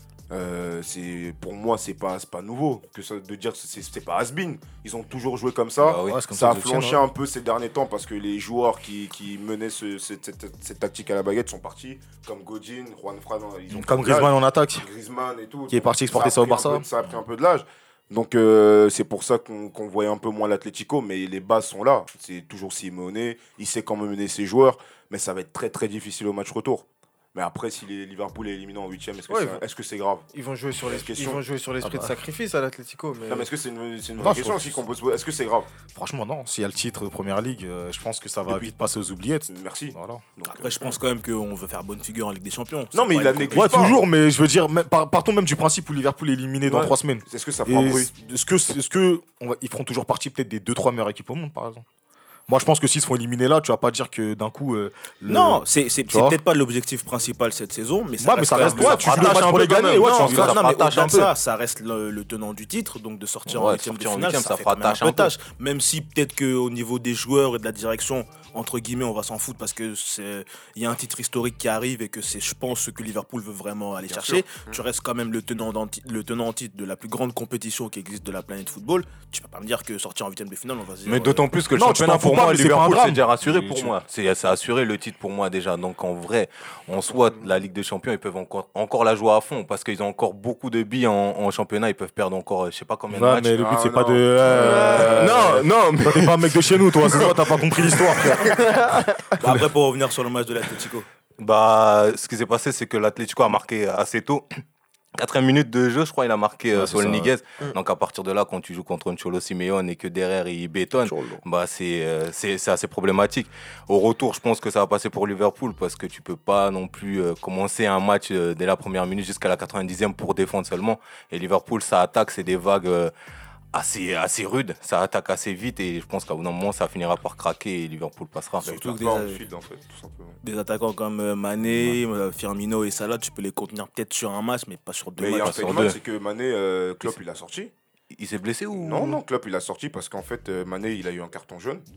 Speaker 3: Euh, c'est pour moi c'est pas c'est pas nouveau que ça, de dire que c'est c'est pas has-been. Ils ont toujours joué comme ça.
Speaker 6: Bah oui.
Speaker 4: Ouais, c'est comme
Speaker 3: Ça a
Speaker 4: ils obtiennent,
Speaker 3: flanché
Speaker 4: ouais.
Speaker 3: un peu ces derniers temps parce que les joueurs qui, qui menaient ce- cette, cette- cette tactique à la baguette sont partis, comme Godin, Juan Fran, ils ont
Speaker 4: Comme
Speaker 3: pris de l'âge.
Speaker 4: Griezmann en attaque.
Speaker 3: Griezmann et tout.
Speaker 4: Qui est
Speaker 3: Donc,
Speaker 4: parti exporter
Speaker 3: a
Speaker 4: ça au
Speaker 3: pris un
Speaker 4: Barça.
Speaker 3: peu- ça a pris un peu de l'âge. Donc euh, c'est pour ça qu'on qu'on voyait un peu moins l'Atlético, mais les bases sont là. C'est toujours Simeone, il sait comment mener ses joueurs, mais ça va être très très difficile au match retour. Mais après, si les Liverpool est éliminé en huitième, est-ce que
Speaker 5: Ouais,
Speaker 3: c'est
Speaker 5: ils vont-
Speaker 3: est-ce que c'est grave?
Speaker 5: Ils vont jouer sur les-
Speaker 3: Question.
Speaker 5: ils vont jouer sur l'esprit
Speaker 4: Ah bah.
Speaker 5: de sacrifice à l'Atlético. Mais...
Speaker 3: Non, mais est-ce que c'est une, c'est une
Speaker 4: Non,
Speaker 3: vraie
Speaker 4: je
Speaker 3: question
Speaker 4: pense-
Speaker 3: aussi qu'on peut se poser? Est-ce que c'est grave?
Speaker 4: Franchement, non. S'il y a le titre de Première Ligue, euh, je pense que ça va
Speaker 3: Et puis-
Speaker 4: vite passer aux oubliettes.
Speaker 3: Merci.
Speaker 4: Voilà.
Speaker 3: Donc,
Speaker 2: Après, je pense quand même qu'on veut faire bonne figure en Ligue des Champions.
Speaker 3: Non,
Speaker 2: Ça
Speaker 3: mais
Speaker 2: va
Speaker 3: il a
Speaker 2: être
Speaker 3: négligé.
Speaker 4: Ouais,
Speaker 3: pas.
Speaker 4: toujours, mais je veux dire, même- par- partons même du principe où Liverpool est éliminé dans
Speaker 3: Ouais.
Speaker 4: trois semaines.
Speaker 3: est-ce que ça fera
Speaker 4: Et
Speaker 3: bruit?
Speaker 4: est-ce que, est-ce que on va- ils feront toujours partie peut-être des deux trois meilleures équipes au monde, par exemple? Moi, je pense que s'ils se font éliminer là, tu vas pas dire que d'un coup. euh, le-
Speaker 2: Non, c'est, c'est,
Speaker 4: Tu
Speaker 2: c'est
Speaker 4: vois
Speaker 2: peut-être pas l'objectif principal cette saison, mais ça
Speaker 4: Ouais,
Speaker 2: reste
Speaker 4: mais ça
Speaker 2: quand
Speaker 4: reste
Speaker 2: même-
Speaker 4: toi, tu joues le
Speaker 6: rattache
Speaker 4: match
Speaker 6: un
Speaker 4: pour
Speaker 6: peu
Speaker 4: les
Speaker 6: quand
Speaker 4: gagner.
Speaker 6: même.
Speaker 4: Ouais,
Speaker 2: Non,
Speaker 4: tu
Speaker 6: pense
Speaker 4: en
Speaker 6: que
Speaker 2: non,
Speaker 6: ça
Speaker 2: non, mais
Speaker 6: rattache
Speaker 2: au-delà
Speaker 6: un
Speaker 2: de
Speaker 6: peu.
Speaker 2: ça, ça reste le, le tenant du titre, donc de sortir en
Speaker 6: Ouais,
Speaker 2: huitième de
Speaker 6: sortir en
Speaker 2: finale,
Speaker 6: huitième,
Speaker 2: ça,
Speaker 6: ça
Speaker 2: fait quand même un
Speaker 6: rattache
Speaker 2: peu
Speaker 6: un
Speaker 2: de
Speaker 6: peu.
Speaker 2: tâche. Même si peut-être qu'au niveau des joueurs et de la direction, entre guillemets, on va s'en foutre parce que c'est, il y a un titre historique qui arrive et que c'est, je pense, ce que Liverpool veut vraiment aller chercher. Tu restes quand même le tenant, d'anti- le tenant en titre de la plus grande compétition qui existe de la planète football. Tu peux pas me dire que sortir en huitième de finale, on va se dire.
Speaker 6: Mais
Speaker 2: euh,
Speaker 6: d'autant plus que le
Speaker 4: Non, tu
Speaker 6: championnat
Speaker 4: t'en fous
Speaker 6: pour
Speaker 4: pas,
Speaker 6: moi,
Speaker 4: mais c'est pas un
Speaker 6: Liverpool,
Speaker 4: drame.
Speaker 6: c'est déjà rassuré
Speaker 4: Tu-
Speaker 6: pour
Speaker 4: tu-
Speaker 6: moi. C'est c'est assuré le titre pour moi déjà. Donc en vrai, en soi, la Ligue des Champions, ils peuvent encore, encore la jouer à fond parce qu'ils ont encore beaucoup de billes en, en championnat. Ils peuvent perdre encore, euh, je sais pas combien de
Speaker 4: Ouais,
Speaker 6: matchs.
Speaker 4: mais le but,
Speaker 3: Ah,
Speaker 4: c'est
Speaker 3: non.
Speaker 4: pas de. euh,
Speaker 6: Non, non, mais
Speaker 4: Toi, t'es pas un mec de chez nous, toi. C'est ça, t'as pas compris l'histoire, frère.
Speaker 2: Bah, après, pour revenir sur le match de l'Atlético.
Speaker 6: bah, ce qui s'est passé, c'est que l'Atlético a marqué assez tôt. Quatrième minute de jeu, je crois, il a marqué euh,
Speaker 4: Ouais, c'est
Speaker 6: Saul
Speaker 4: ça,
Speaker 6: Niguez.
Speaker 5: ouais.
Speaker 6: Donc à partir de là, quand tu joues contre un Cholo Simeone et que derrière il bétonne, bah c'est euh, c'est c'est assez problématique. Au retour, je pense que ça va passer pour Liverpool parce que tu peux pas non plus euh, commencer un match euh, dès la première minute jusqu'à la quatre-vingt-dixième pour défendre seulement. Et Liverpool, ça attaque, c'est des vagues euh, assez assez rudes, ça attaque assez vite et je pense qu'à un moment ça finira par craquer et Liverpool passera.
Speaker 2: Surtout que
Speaker 3: Pas
Speaker 2: des-
Speaker 3: en field, en fait, tout simplement.
Speaker 2: Des attaquants comme euh, Mané, euh, Firmino et Salah, tu peux les contenir peut-être sur un match, mais pas sur deux
Speaker 3: Mais il y a un
Speaker 2: matchs.
Speaker 6: sur
Speaker 3: fait de match,
Speaker 6: deux.
Speaker 3: c'est que Mané, euh, Klopp, il a sorti.
Speaker 6: Il s'est blessé ou
Speaker 3: Non, non, Klopp, il a sorti parce qu'en fait, euh, Mané, il a eu un carton jaune.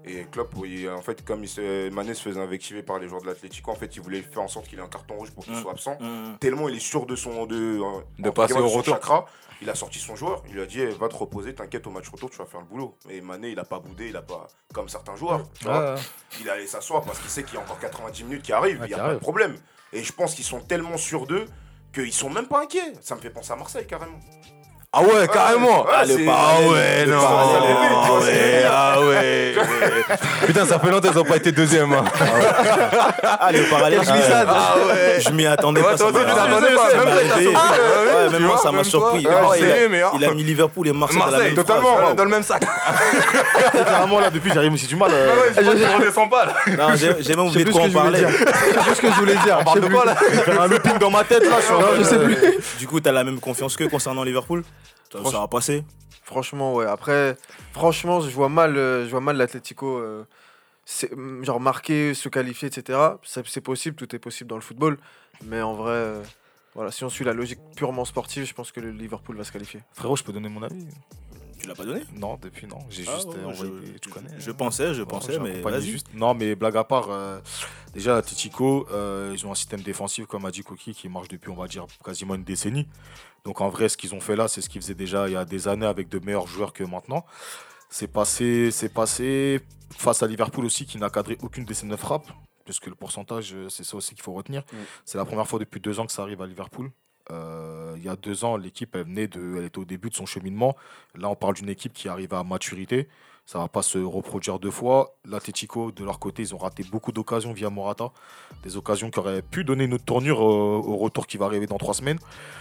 Speaker 3: Et Klopp, oui, en fait, comme il se, Mané se faisait invectiver par les joueurs de l'Atlético, en fait, il voulait faire en sorte qu'il ait un carton rouge pour qu'il
Speaker 2: Mmh.
Speaker 3: soit absent.
Speaker 2: Mmh.
Speaker 3: Tellement il est sûr de son de,
Speaker 6: De
Speaker 3: en-
Speaker 6: passer
Speaker 3: en-
Speaker 6: au
Speaker 3: de son
Speaker 6: retour.
Speaker 3: chakra, il a sorti son joueur, il lui a dit eh, va te reposer, t'inquiète, au match retour tu vas faire le boulot. Et Mané il a pas boudé, il a pas comme certains joueurs, tu vois.
Speaker 4: Ouais,
Speaker 3: Il allait s'asseoir parce qu'il sait qu'il y a encore quatre-vingt-dix minutes qui arrivent,
Speaker 4: Ouais,
Speaker 3: il y a
Speaker 4: qui
Speaker 3: pas de
Speaker 4: arrivent.
Speaker 3: problème. Et je pense qu'ils sont tellement sûrs d'eux qu'ils sont même pas inquiets. Ça me fait penser à Marseille carrément.
Speaker 6: Ah ouais, carrément.
Speaker 3: ouais,
Speaker 6: Ah,
Speaker 3: c'est-
Speaker 6: le ah ouais,
Speaker 3: le
Speaker 6: non.
Speaker 3: parallèle, tu vois,
Speaker 6: Ah
Speaker 3: c'est-
Speaker 6: ouais, ah ouais. Putain, ça fait longtemps qu'ils ont pas été deuxième. Hein.
Speaker 2: Ah, le parallèle, je m'y-
Speaker 6: Ah ouais.
Speaker 2: je m'y attendais
Speaker 6: Ouais,
Speaker 2: pas.
Speaker 6: toi
Speaker 2: ça
Speaker 6: aussi,
Speaker 2: m'a-
Speaker 6: tu t'attendais
Speaker 2: ça
Speaker 6: pas.
Speaker 2: m'est
Speaker 6: Même toi, t'as
Speaker 2: arrivé.
Speaker 6: surpris. Ah ouais,
Speaker 2: Ouais,
Speaker 6: tu
Speaker 2: même moi,
Speaker 6: vois,
Speaker 2: ça m'a
Speaker 6: même
Speaker 2: surpris.
Speaker 6: toi.
Speaker 2: Ah,
Speaker 6: Ouais,
Speaker 2: il,
Speaker 6: c'est
Speaker 2: a,
Speaker 6: mais, hein.
Speaker 2: il a mis Liverpool et Marseille, dans la
Speaker 6: Marseille,
Speaker 2: même
Speaker 6: totalement.
Speaker 2: phrase.
Speaker 6: Ouais, dans le même sac.
Speaker 4: Carrément, là, depuis, j'arrive aussi du mal. euh,
Speaker 6: Ouais, je ne redescends pas là.
Speaker 2: Non, j'ai j'ai même
Speaker 5: Je sais
Speaker 2: oublié de
Speaker 5: plus
Speaker 2: quoi
Speaker 5: ce
Speaker 2: on
Speaker 5: que je voulais
Speaker 2: parlait.
Speaker 5: dire. Je sais plus ce que je voulais dire.
Speaker 6: On parle de quoi là
Speaker 4: faire un looping dans ma tête, là. sur-
Speaker 5: Non, je sais plus.
Speaker 2: Du coup, t'as la même confiance qu'eux concernant Liverpool? Ça, ça va passer?
Speaker 5: Franchement, ouais. Après, franchement, je vois mal, euh, je vois mal l'Atlético, euh, c'est- mm, genre marquer, se qualifier, et cetera. C'est c'est possible, tout est possible dans le football. Mais en vrai, euh, voilà, si on suit la logique purement sportive, je pense que le Liverpool va se qualifier.
Speaker 4: Frérot, je peux donner mon avis?
Speaker 2: Tu l'as pas donné?
Speaker 4: Non, depuis, non. J'ai
Speaker 2: Ah,
Speaker 4: juste
Speaker 2: ouais,
Speaker 4: euh,
Speaker 2: je-
Speaker 4: envoyé des- tu connais.
Speaker 2: Je
Speaker 4: hein.
Speaker 2: pensais, je
Speaker 4: Non,
Speaker 2: pensais,
Speaker 4: j'ai
Speaker 2: mais
Speaker 4: accompagné
Speaker 2: vas-y.
Speaker 4: juste. Non, mais blague à part, euh, déjà, l'Atlético, euh, ils ont un système défensif, comme a dit Koki, qui marche depuis, on va dire, quasiment une décennie. Donc, en vrai, ce qu'ils ont fait là, c'est ce qu'ils faisaient déjà il y a des années avec de meilleurs joueurs que maintenant. C'est passé, c'est passé face à Liverpool aussi, qui n'a cadré aucune de ses neuf frappes, puisque le pourcentage, euh, c'est ça aussi qu'il faut retenir.
Speaker 3: Mm.
Speaker 4: C'est la première fois depuis deux ans que ça arrive à Liverpool. Euh, il y a deux ans, l'équipe, elle venait de, elle était au début de son cheminement. Là, on parle d'une équipe qui arrive à maturité. Ça va pas se reproduire deux fois. L'Atlético, de leur côté, ils ont raté beaucoup d'occasions via Morata. Des occasions qui auraient pu donner une autre tournure euh, au retour qui va arriver dans trois semaines.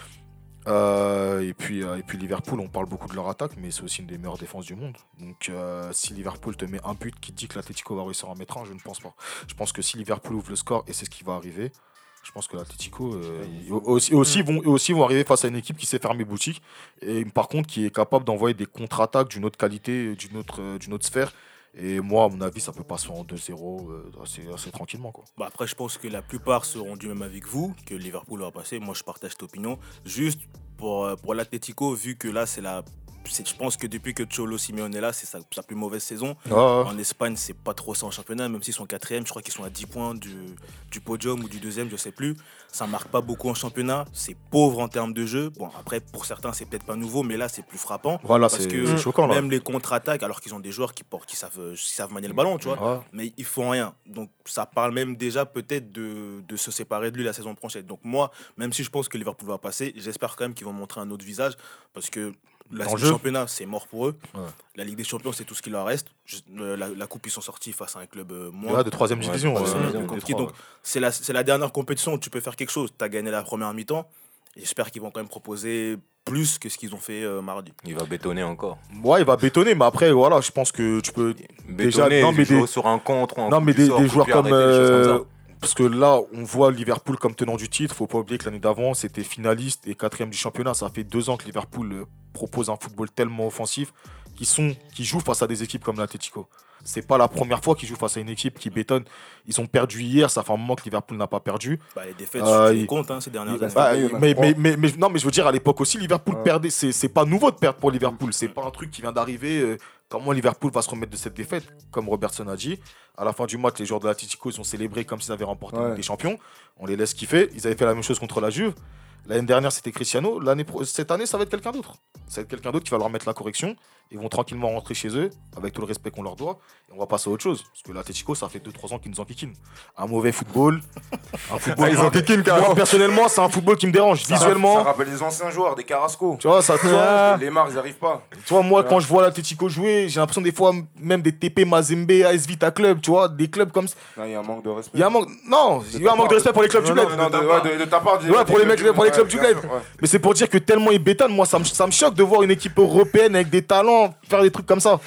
Speaker 4: Euh, et, puis, euh, et puis Liverpool, on parle beaucoup de leur attaque, mais c'est aussi une des meilleures défenses du monde. Donc euh, si Liverpool te met un but qui dit que l'Atlético va réussir à en mettre un, je ne pense pas. Je pense que si Liverpool ouvre le score, et c'est ce qui va arriver, je pense que l'Atlético euh, ils- aussi, aussi, vont, eux aussi vont arriver face à une équipe qui sait fermer boutique, et par contre qui est capable d'envoyer des contre-attaques d'une autre qualité, d'une autre, euh, d'une autre sphère. Et moi, à mon avis, ça peut passer en deux zéro euh, assez, assez tranquillement, quoi.
Speaker 2: Bah après, je pense que la plupart seront du même avis que vous, que Liverpool va passer. Moi, je partage cette opinion. Juste pour, euh, pour l'Atlético, vu que là, c'est la. c'est- Je pense que depuis que Cholo Simeone est là, c'est sa, sa plus mauvaise saison. En Espagne, c'est pas trop ça en championnat, même s'ils sont quatrième, je crois qu'ils sont à dix points du, du podium ou du deuxième, je sais plus. Ça marque pas beaucoup en championnat, c'est pauvre en termes de jeu. Bon, après, pour certains, c'est peut-être pas nouveau, mais là, c'est plus frappant.
Speaker 4: Voilà,
Speaker 2: Parce
Speaker 4: c'est
Speaker 2: que
Speaker 4: c'est choquant, là.
Speaker 2: Même les contre-attaques, alors qu'ils ont des joueurs qui, portent, qui, savent, euh, qui savent manier le ballon, tu vois,
Speaker 4: Ouais.
Speaker 2: mais ils font rien. Donc, ça parle même déjà peut-être de, de se séparer de lui la saison prochaine. Donc, moi, même si je pense que Liverpool va passer, j'espère quand même qu'ils vont montrer un autre visage, parce que la
Speaker 4: Dans le
Speaker 2: le
Speaker 4: jeu.
Speaker 2: championnat, c'est mort pour eux.
Speaker 4: Ouais.
Speaker 2: La Ligue des Champions, c'est tout ce qui leur reste. Je- euh, la, la coupe, ils sont sortis face à un club euh, moins.
Speaker 4: Ouais, de troisième
Speaker 6: Ouais,
Speaker 4: division.
Speaker 6: troisième
Speaker 4: euh,
Speaker 6: division,
Speaker 4: des
Speaker 2: compliqué.
Speaker 4: trois,
Speaker 2: Donc, c'est la, c'est la dernière compétition où tu peux faire quelque chose. Tu as gagné la première mi-temps. Et J'espère qu'ils vont quand même proposer plus que ce qu'ils ont fait euh, mardi.
Speaker 6: Il va bétonner encore.
Speaker 4: ouais. Ouais, il va bétonner, mais après, voilà, je pense que tu peux.
Speaker 6: Bétonner,
Speaker 4: non, mais
Speaker 6: jouer
Speaker 4: des-
Speaker 6: sur un contre ou un
Speaker 4: Non,
Speaker 6: coup
Speaker 4: mais
Speaker 6: du
Speaker 4: des,
Speaker 6: sort,
Speaker 4: des
Speaker 6: coup de
Speaker 4: joueurs
Speaker 6: pied
Speaker 4: comme.
Speaker 6: arrêté, des choses comme
Speaker 4: euh,
Speaker 6: ça.
Speaker 4: Parce que là, on voit Liverpool comme tenant du titre. Faut pas oublier que l'année d'avant, c'était finaliste et quatrième du championnat. Ça fait deux ans que Liverpool euh, propose un football tellement offensif qui sont, qui jouent face à des équipes comme l'Atlético. C'est pas la première fois qu'ils jouent face à une équipe qui bétonne. Ils ont perdu hier. Ça fait un moment que Liverpool n'a pas perdu.
Speaker 2: Bah, les défaites,
Speaker 4: Euh,
Speaker 2: tu les
Speaker 4: il-
Speaker 2: comptes hein, ces dernières
Speaker 3: il-
Speaker 2: années.
Speaker 4: Bah,
Speaker 3: il y en a
Speaker 4: mais,
Speaker 3: trois.
Speaker 4: mais, mais, mais- non, mais je veux dire, à l'époque aussi, Liverpool
Speaker 3: Ouais.
Speaker 4: perdait. C'est, c'est pas nouveau de perdre pour Liverpool. C'est pas un truc qui vient d'arriver. euh, comment Liverpool va se remettre de cette défaite? Comme Robertson a dit, à la fin du match, les joueurs de l'Atlético, ils ont célébré comme s'ils avaient remporté la
Speaker 3: Ouais.
Speaker 4: Ligue des Champions. On les laisse kiffer. Ils avaient fait la même chose contre la Juve. L'année dernière, c'était Cristiano. L'année pro- Cette année, ça va être quelqu'un d'autre. Ça va être quelqu'un d'autre qui va leur mettre la correction. Ils vont tranquillement rentrer chez eux, avec tout le respect qu'on leur doit. Et on va passer à autre chose. Parce que l'Atlético, ça fait deux trois ans qu'ils nous enquiquinent. Un mauvais football. Un football.
Speaker 6: Ah, ils enquiquinent carrément.
Speaker 4: Moi, personnellement, c'est un football qui me dérange.
Speaker 3: Ça
Speaker 4: Visuellement.
Speaker 3: rappelle les anciens joueurs, des Carrasco.
Speaker 4: Tu vois, ça, tu vois,
Speaker 3: Les Mars, ils arrivent pas.
Speaker 4: tu vois, moi, quand je vois l'Atlético jouer, j'ai l'impression des fois, même des T P Mazembe, A S Vita Club, tu vois, des clubs comme ça.
Speaker 3: Non, il y a un manque de respect.
Speaker 4: Il y a un manque. Non, il y a un manque de respect pour les clubs du
Speaker 3: Non, non,
Speaker 4: bled.
Speaker 3: non, de, ouais, de- de ta part. des-
Speaker 4: Ouais, pour les
Speaker 3: des
Speaker 4: mecs-
Speaker 3: clubs
Speaker 4: pour les
Speaker 3: du-
Speaker 4: clubs
Speaker 3: ouais,
Speaker 4: du
Speaker 3: bien
Speaker 4: bled.
Speaker 3: sûr, ouais.
Speaker 4: Mais c'est pour dire que tellement ils bétonnent, moi, ça me, ça me choque de voir une équipe européenne avec des talents faire des trucs comme ça.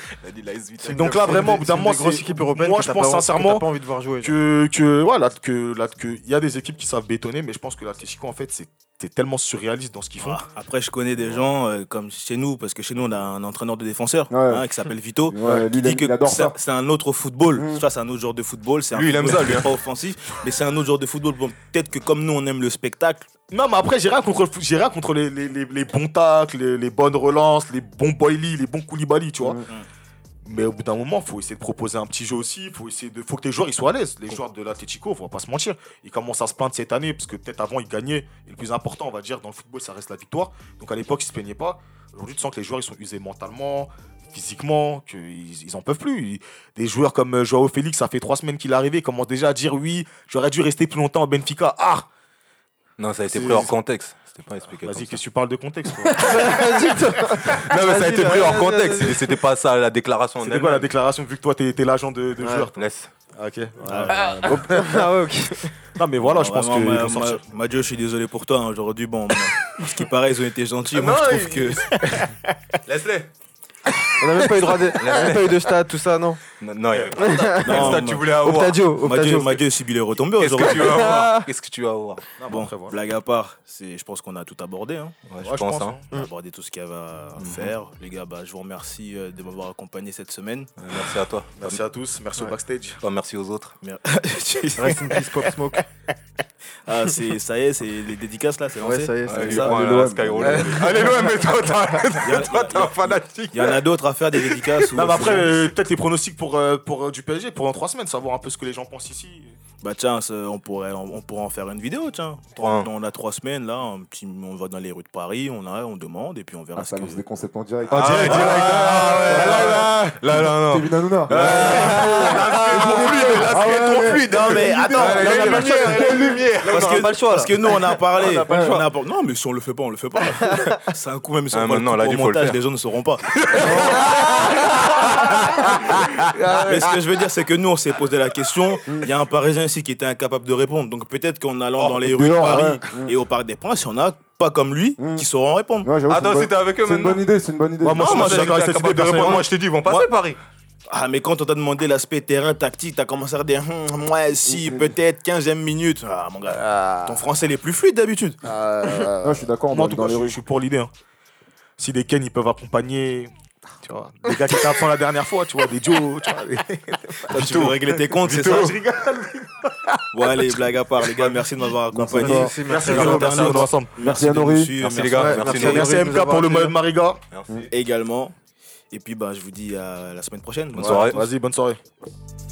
Speaker 4: Donc là, vraiment, au bout d'un moment,
Speaker 5: des grosses
Speaker 4: c'est-
Speaker 5: équipes européennes
Speaker 4: moi,
Speaker 5: que
Speaker 4: je
Speaker 5: t'as
Speaker 4: pense
Speaker 5: pas- que
Speaker 4: sincèrement
Speaker 5: t'as pas envie de voir jouer.
Speaker 4: que, que voilà, que là, que il y a des équipes qui savent bétonner, mais je pense que l'Atlético, en fait, c'est c'est tellement surréaliste dans ce qu'ils font.
Speaker 2: Ah, Après, je connais des gens euh, comme chez nous, parce que chez nous, on a un entraîneur de défenseur
Speaker 3: Ouais.
Speaker 2: hein, qui s'appelle Vito.
Speaker 3: Ouais, lui,
Speaker 2: qui dit
Speaker 3: il,
Speaker 2: que
Speaker 3: il adore
Speaker 2: c'est
Speaker 3: ça.
Speaker 2: c'est un autre football.
Speaker 3: Mm.
Speaker 2: Tu vois, c'est un autre genre de football. C'est un
Speaker 6: Lui, il aime
Speaker 2: football
Speaker 6: ça, lui,
Speaker 2: qui est
Speaker 6: hein.
Speaker 2: pas offensif, mais c'est un autre genre de football. Bon, peut-être que comme nous, on aime le spectacle.
Speaker 4: Non, mais après, j'ai rien contre, le foot- j'ai rien contre les, les, les, les bons tacles, les, les bonnes relances, les bons Boily, les bons Koulibaly, tu vois.
Speaker 3: Mm.
Speaker 4: Mais au bout d'un moment, il faut essayer de proposer un petit jeu aussi. Il faut essayer de, faut que les joueurs ils soient à l'aise. Les joueurs de l'Atlético, on va pas se mentir, ils commencent à se plaindre cette année parce que peut-être avant ils gagnaient. Et le plus important, on va dire, dans le football, ça reste la victoire. Donc à l'époque, ils se plaignaient pas. Aujourd'hui, tu sens que les joueurs ils sont usés mentalement, physiquement, qu'ils ils en peuvent plus. Des joueurs comme euh, Joao Félix, ça fait trois semaines qu'il est arrivé, ils commencent déjà à dire oui, j'aurais dû rester plus longtemps au Benfica. Ah,
Speaker 6: Non, ça a été
Speaker 4: C'est-
Speaker 6: pris hors contexte. C'était pas expliqué.
Speaker 4: vas-y,
Speaker 6: comme
Speaker 4: qu'est-ce que tu parles de contexte quoi.
Speaker 5: Vas-y, toi.
Speaker 6: ça. Non, mais ça a
Speaker 5: Vas-y,
Speaker 6: été
Speaker 5: là,
Speaker 6: pris hors
Speaker 5: vas-y,
Speaker 6: contexte.
Speaker 5: vas-y.
Speaker 6: C'était- C'était pas ça la déclaration. en
Speaker 4: C'était quoi la
Speaker 6: elle-même.
Speaker 4: déclaration vu que toi t'es, t'es l'agent de, de
Speaker 5: Ouais.
Speaker 4: joueur.
Speaker 6: Laisse.
Speaker 4: Ah, ok.
Speaker 5: Ah ouais, ok.
Speaker 4: Non mais voilà,
Speaker 2: Non,
Speaker 4: je pense
Speaker 2: vraiment,
Speaker 4: qu'ils
Speaker 2: ma-
Speaker 4: vont sortir.
Speaker 2: ma- Madio, je suis désolé pour toi. hein. Aujourd'hui, bon, moi, ce qui paraît, ils ont été gentils.
Speaker 6: Ah
Speaker 2: Moi,
Speaker 6: non,
Speaker 2: je trouve
Speaker 6: il-
Speaker 2: que.
Speaker 6: Laisse-les.
Speaker 5: On a même pas eu droit de, on a même pas eu de stade, tout ça, non.
Speaker 6: Non, non, il y a-
Speaker 2: Non,
Speaker 6: ça, tu voulais avoir.
Speaker 5: Optadio,
Speaker 2: Madio,
Speaker 5: Optadio.
Speaker 2: Madio subit les retombées
Speaker 6: Qu'est-ce que
Speaker 2: aujourd'hui.
Speaker 6: tu vas avoir Qu'est-ce que tu vas avoir
Speaker 4: Non,
Speaker 2: Bon,
Speaker 4: après, voilà.
Speaker 2: blague à part, c'est, je pense qu'on a tout abordé. Hein.
Speaker 6: Ouais,
Speaker 4: Ouais,
Speaker 6: je pense. hein.
Speaker 2: On a abordé tout ce qu'il y avait à faire. Les gars, bah, je vous remercie euh, de m'avoir accompagné cette semaine.
Speaker 6: Euh, Merci à toi.
Speaker 4: Merci à tous, merci au
Speaker 5: Ouais.
Speaker 4: backstage.
Speaker 6: Toi, merci aux autres.
Speaker 2: Mer-
Speaker 5: Rest in peace, Pop Smoke.
Speaker 2: ah, c'est, ça y est, c'est les dédicaces là, c'est lancé.
Speaker 5: Ouais, ça y est,
Speaker 6: Ouais,
Speaker 5: ça y
Speaker 6: il
Speaker 5: est.
Speaker 2: ça,
Speaker 6: prend
Speaker 3: allez,
Speaker 6: la
Speaker 3: l'O M.
Speaker 6: Skyroll.
Speaker 5: Ouais.
Speaker 6: Allez, loin, mais toi, t'as-
Speaker 2: Il y a-
Speaker 6: toi, t'es un fanatique.
Speaker 2: Il y en a d'autres à faire des dédicaces. ou-
Speaker 4: Non mais après, euh, peut-être les pronostics pour, euh, pour euh, du P S G, pour dans trois semaines, savoir un peu ce que les gens pensent ici.
Speaker 2: Bah tiens, ça, on pourrait, on, on pourrait en faire une vidéo, tiens.
Speaker 6: Ouais.
Speaker 2: Dans, la trois semaines là, un petit, on va dans les rues de Paris, on a, on demande et puis on verra
Speaker 3: Ah,
Speaker 2: ce
Speaker 3: ça
Speaker 2: que.
Speaker 3: lance des concepts en direct.
Speaker 6: En direct, direct. Ah, ouais, là, là, là, là, non.
Speaker 3: Kevin Hanouna.
Speaker 6: Ah ouais, trop fluide.
Speaker 2: Non mais attends,
Speaker 6: Ah,
Speaker 2: non,
Speaker 6: la
Speaker 2: non,
Speaker 6: lumière, la lumière.
Speaker 2: parce
Speaker 5: on a
Speaker 2: que,
Speaker 5: pas le choix,
Speaker 2: parce
Speaker 5: là.
Speaker 2: que nous on a parlé.
Speaker 5: On a pas le
Speaker 2: On
Speaker 5: choix.
Speaker 2: a par- Non mais si on le fait pas, on le fait pas. C'est un coup même si on
Speaker 6: Ah,
Speaker 2: voit le
Speaker 6: maintenant,
Speaker 2: coup
Speaker 6: là,
Speaker 2: au
Speaker 6: il faut le
Speaker 2: montage,
Speaker 6: faire.
Speaker 2: les gens ne sauront pas. Mais ce que je veux dire, c'est que nous on s'est posé la question. Il y a un Parisien ici qui était incapable de répondre. Donc peut-être qu'en allant
Speaker 3: Oh,
Speaker 2: dans les rues de
Speaker 3: dehors,
Speaker 2: Paris
Speaker 3: ouais.
Speaker 2: et au Parc des Princes, il y en a pas comme lui
Speaker 3: Mm.
Speaker 2: qui sauront répondre.
Speaker 3: Ouais, j'avoue,
Speaker 6: Attends,
Speaker 3: c'est une
Speaker 6: si t'es avec eux
Speaker 3: bonne- c'est une
Speaker 6: maintenant.
Speaker 3: bonne idée, c'est une bonne idée.
Speaker 4: Ouais, moi,
Speaker 6: Non,
Speaker 4: je
Speaker 6: moi,
Speaker 4: suis
Speaker 6: j'ai
Speaker 4: d'accord avec cette idée de
Speaker 6: personnellement,
Speaker 4: répondre.
Speaker 6: moi, je t'ai dit, ils vont passer
Speaker 4: Moi-
Speaker 6: Paris.
Speaker 2: Ah, mais quand on t'a demandé l'aspect terrain tactique, t'as commencé à dire hum, ouais, si, peut-être, quinzième minute. Ah, mon gars, ton français il est plus fluide d'habitude.
Speaker 3: Non, je suis d'accord,
Speaker 4: Moi, en
Speaker 3: dans,
Speaker 4: tout
Speaker 3: dans
Speaker 4: cas,
Speaker 3: les
Speaker 4: je,
Speaker 3: rues.
Speaker 4: je suis pour l'idée. hein. Si des Ken ils peuvent accompagner, tu vois, des gars qui étaient absents la dernière fois, tu vois, des Joe, tu vois. des-
Speaker 2: Toi, tu veux régler tes comptes, c'est ça?
Speaker 4: Je rigole.
Speaker 2: Bon, allez, blague à part, les gars, merci de m'avoir accompagné.
Speaker 3: Merci.
Speaker 5: Merci,
Speaker 4: Merci,
Speaker 5: merci.
Speaker 2: Merci,
Speaker 4: Joe, merci, on est ensemble.
Speaker 3: Merci,
Speaker 2: de
Speaker 3: Anori.
Speaker 2: nous suivre,
Speaker 6: Merci, les gars.
Speaker 5: Ouais,
Speaker 6: Merci,
Speaker 5: merci,
Speaker 6: Noé.
Speaker 4: Merci
Speaker 5: de
Speaker 4: M
Speaker 5: nous
Speaker 4: K
Speaker 5: avoir
Speaker 4: pour le
Speaker 5: appelés.
Speaker 4: maillot de Mariga.
Speaker 6: Merci.
Speaker 2: également. Et puis, bah, je vous dis à la semaine prochaine.
Speaker 6: Bonne soirée.
Speaker 4: Vas-y, bonne soirée.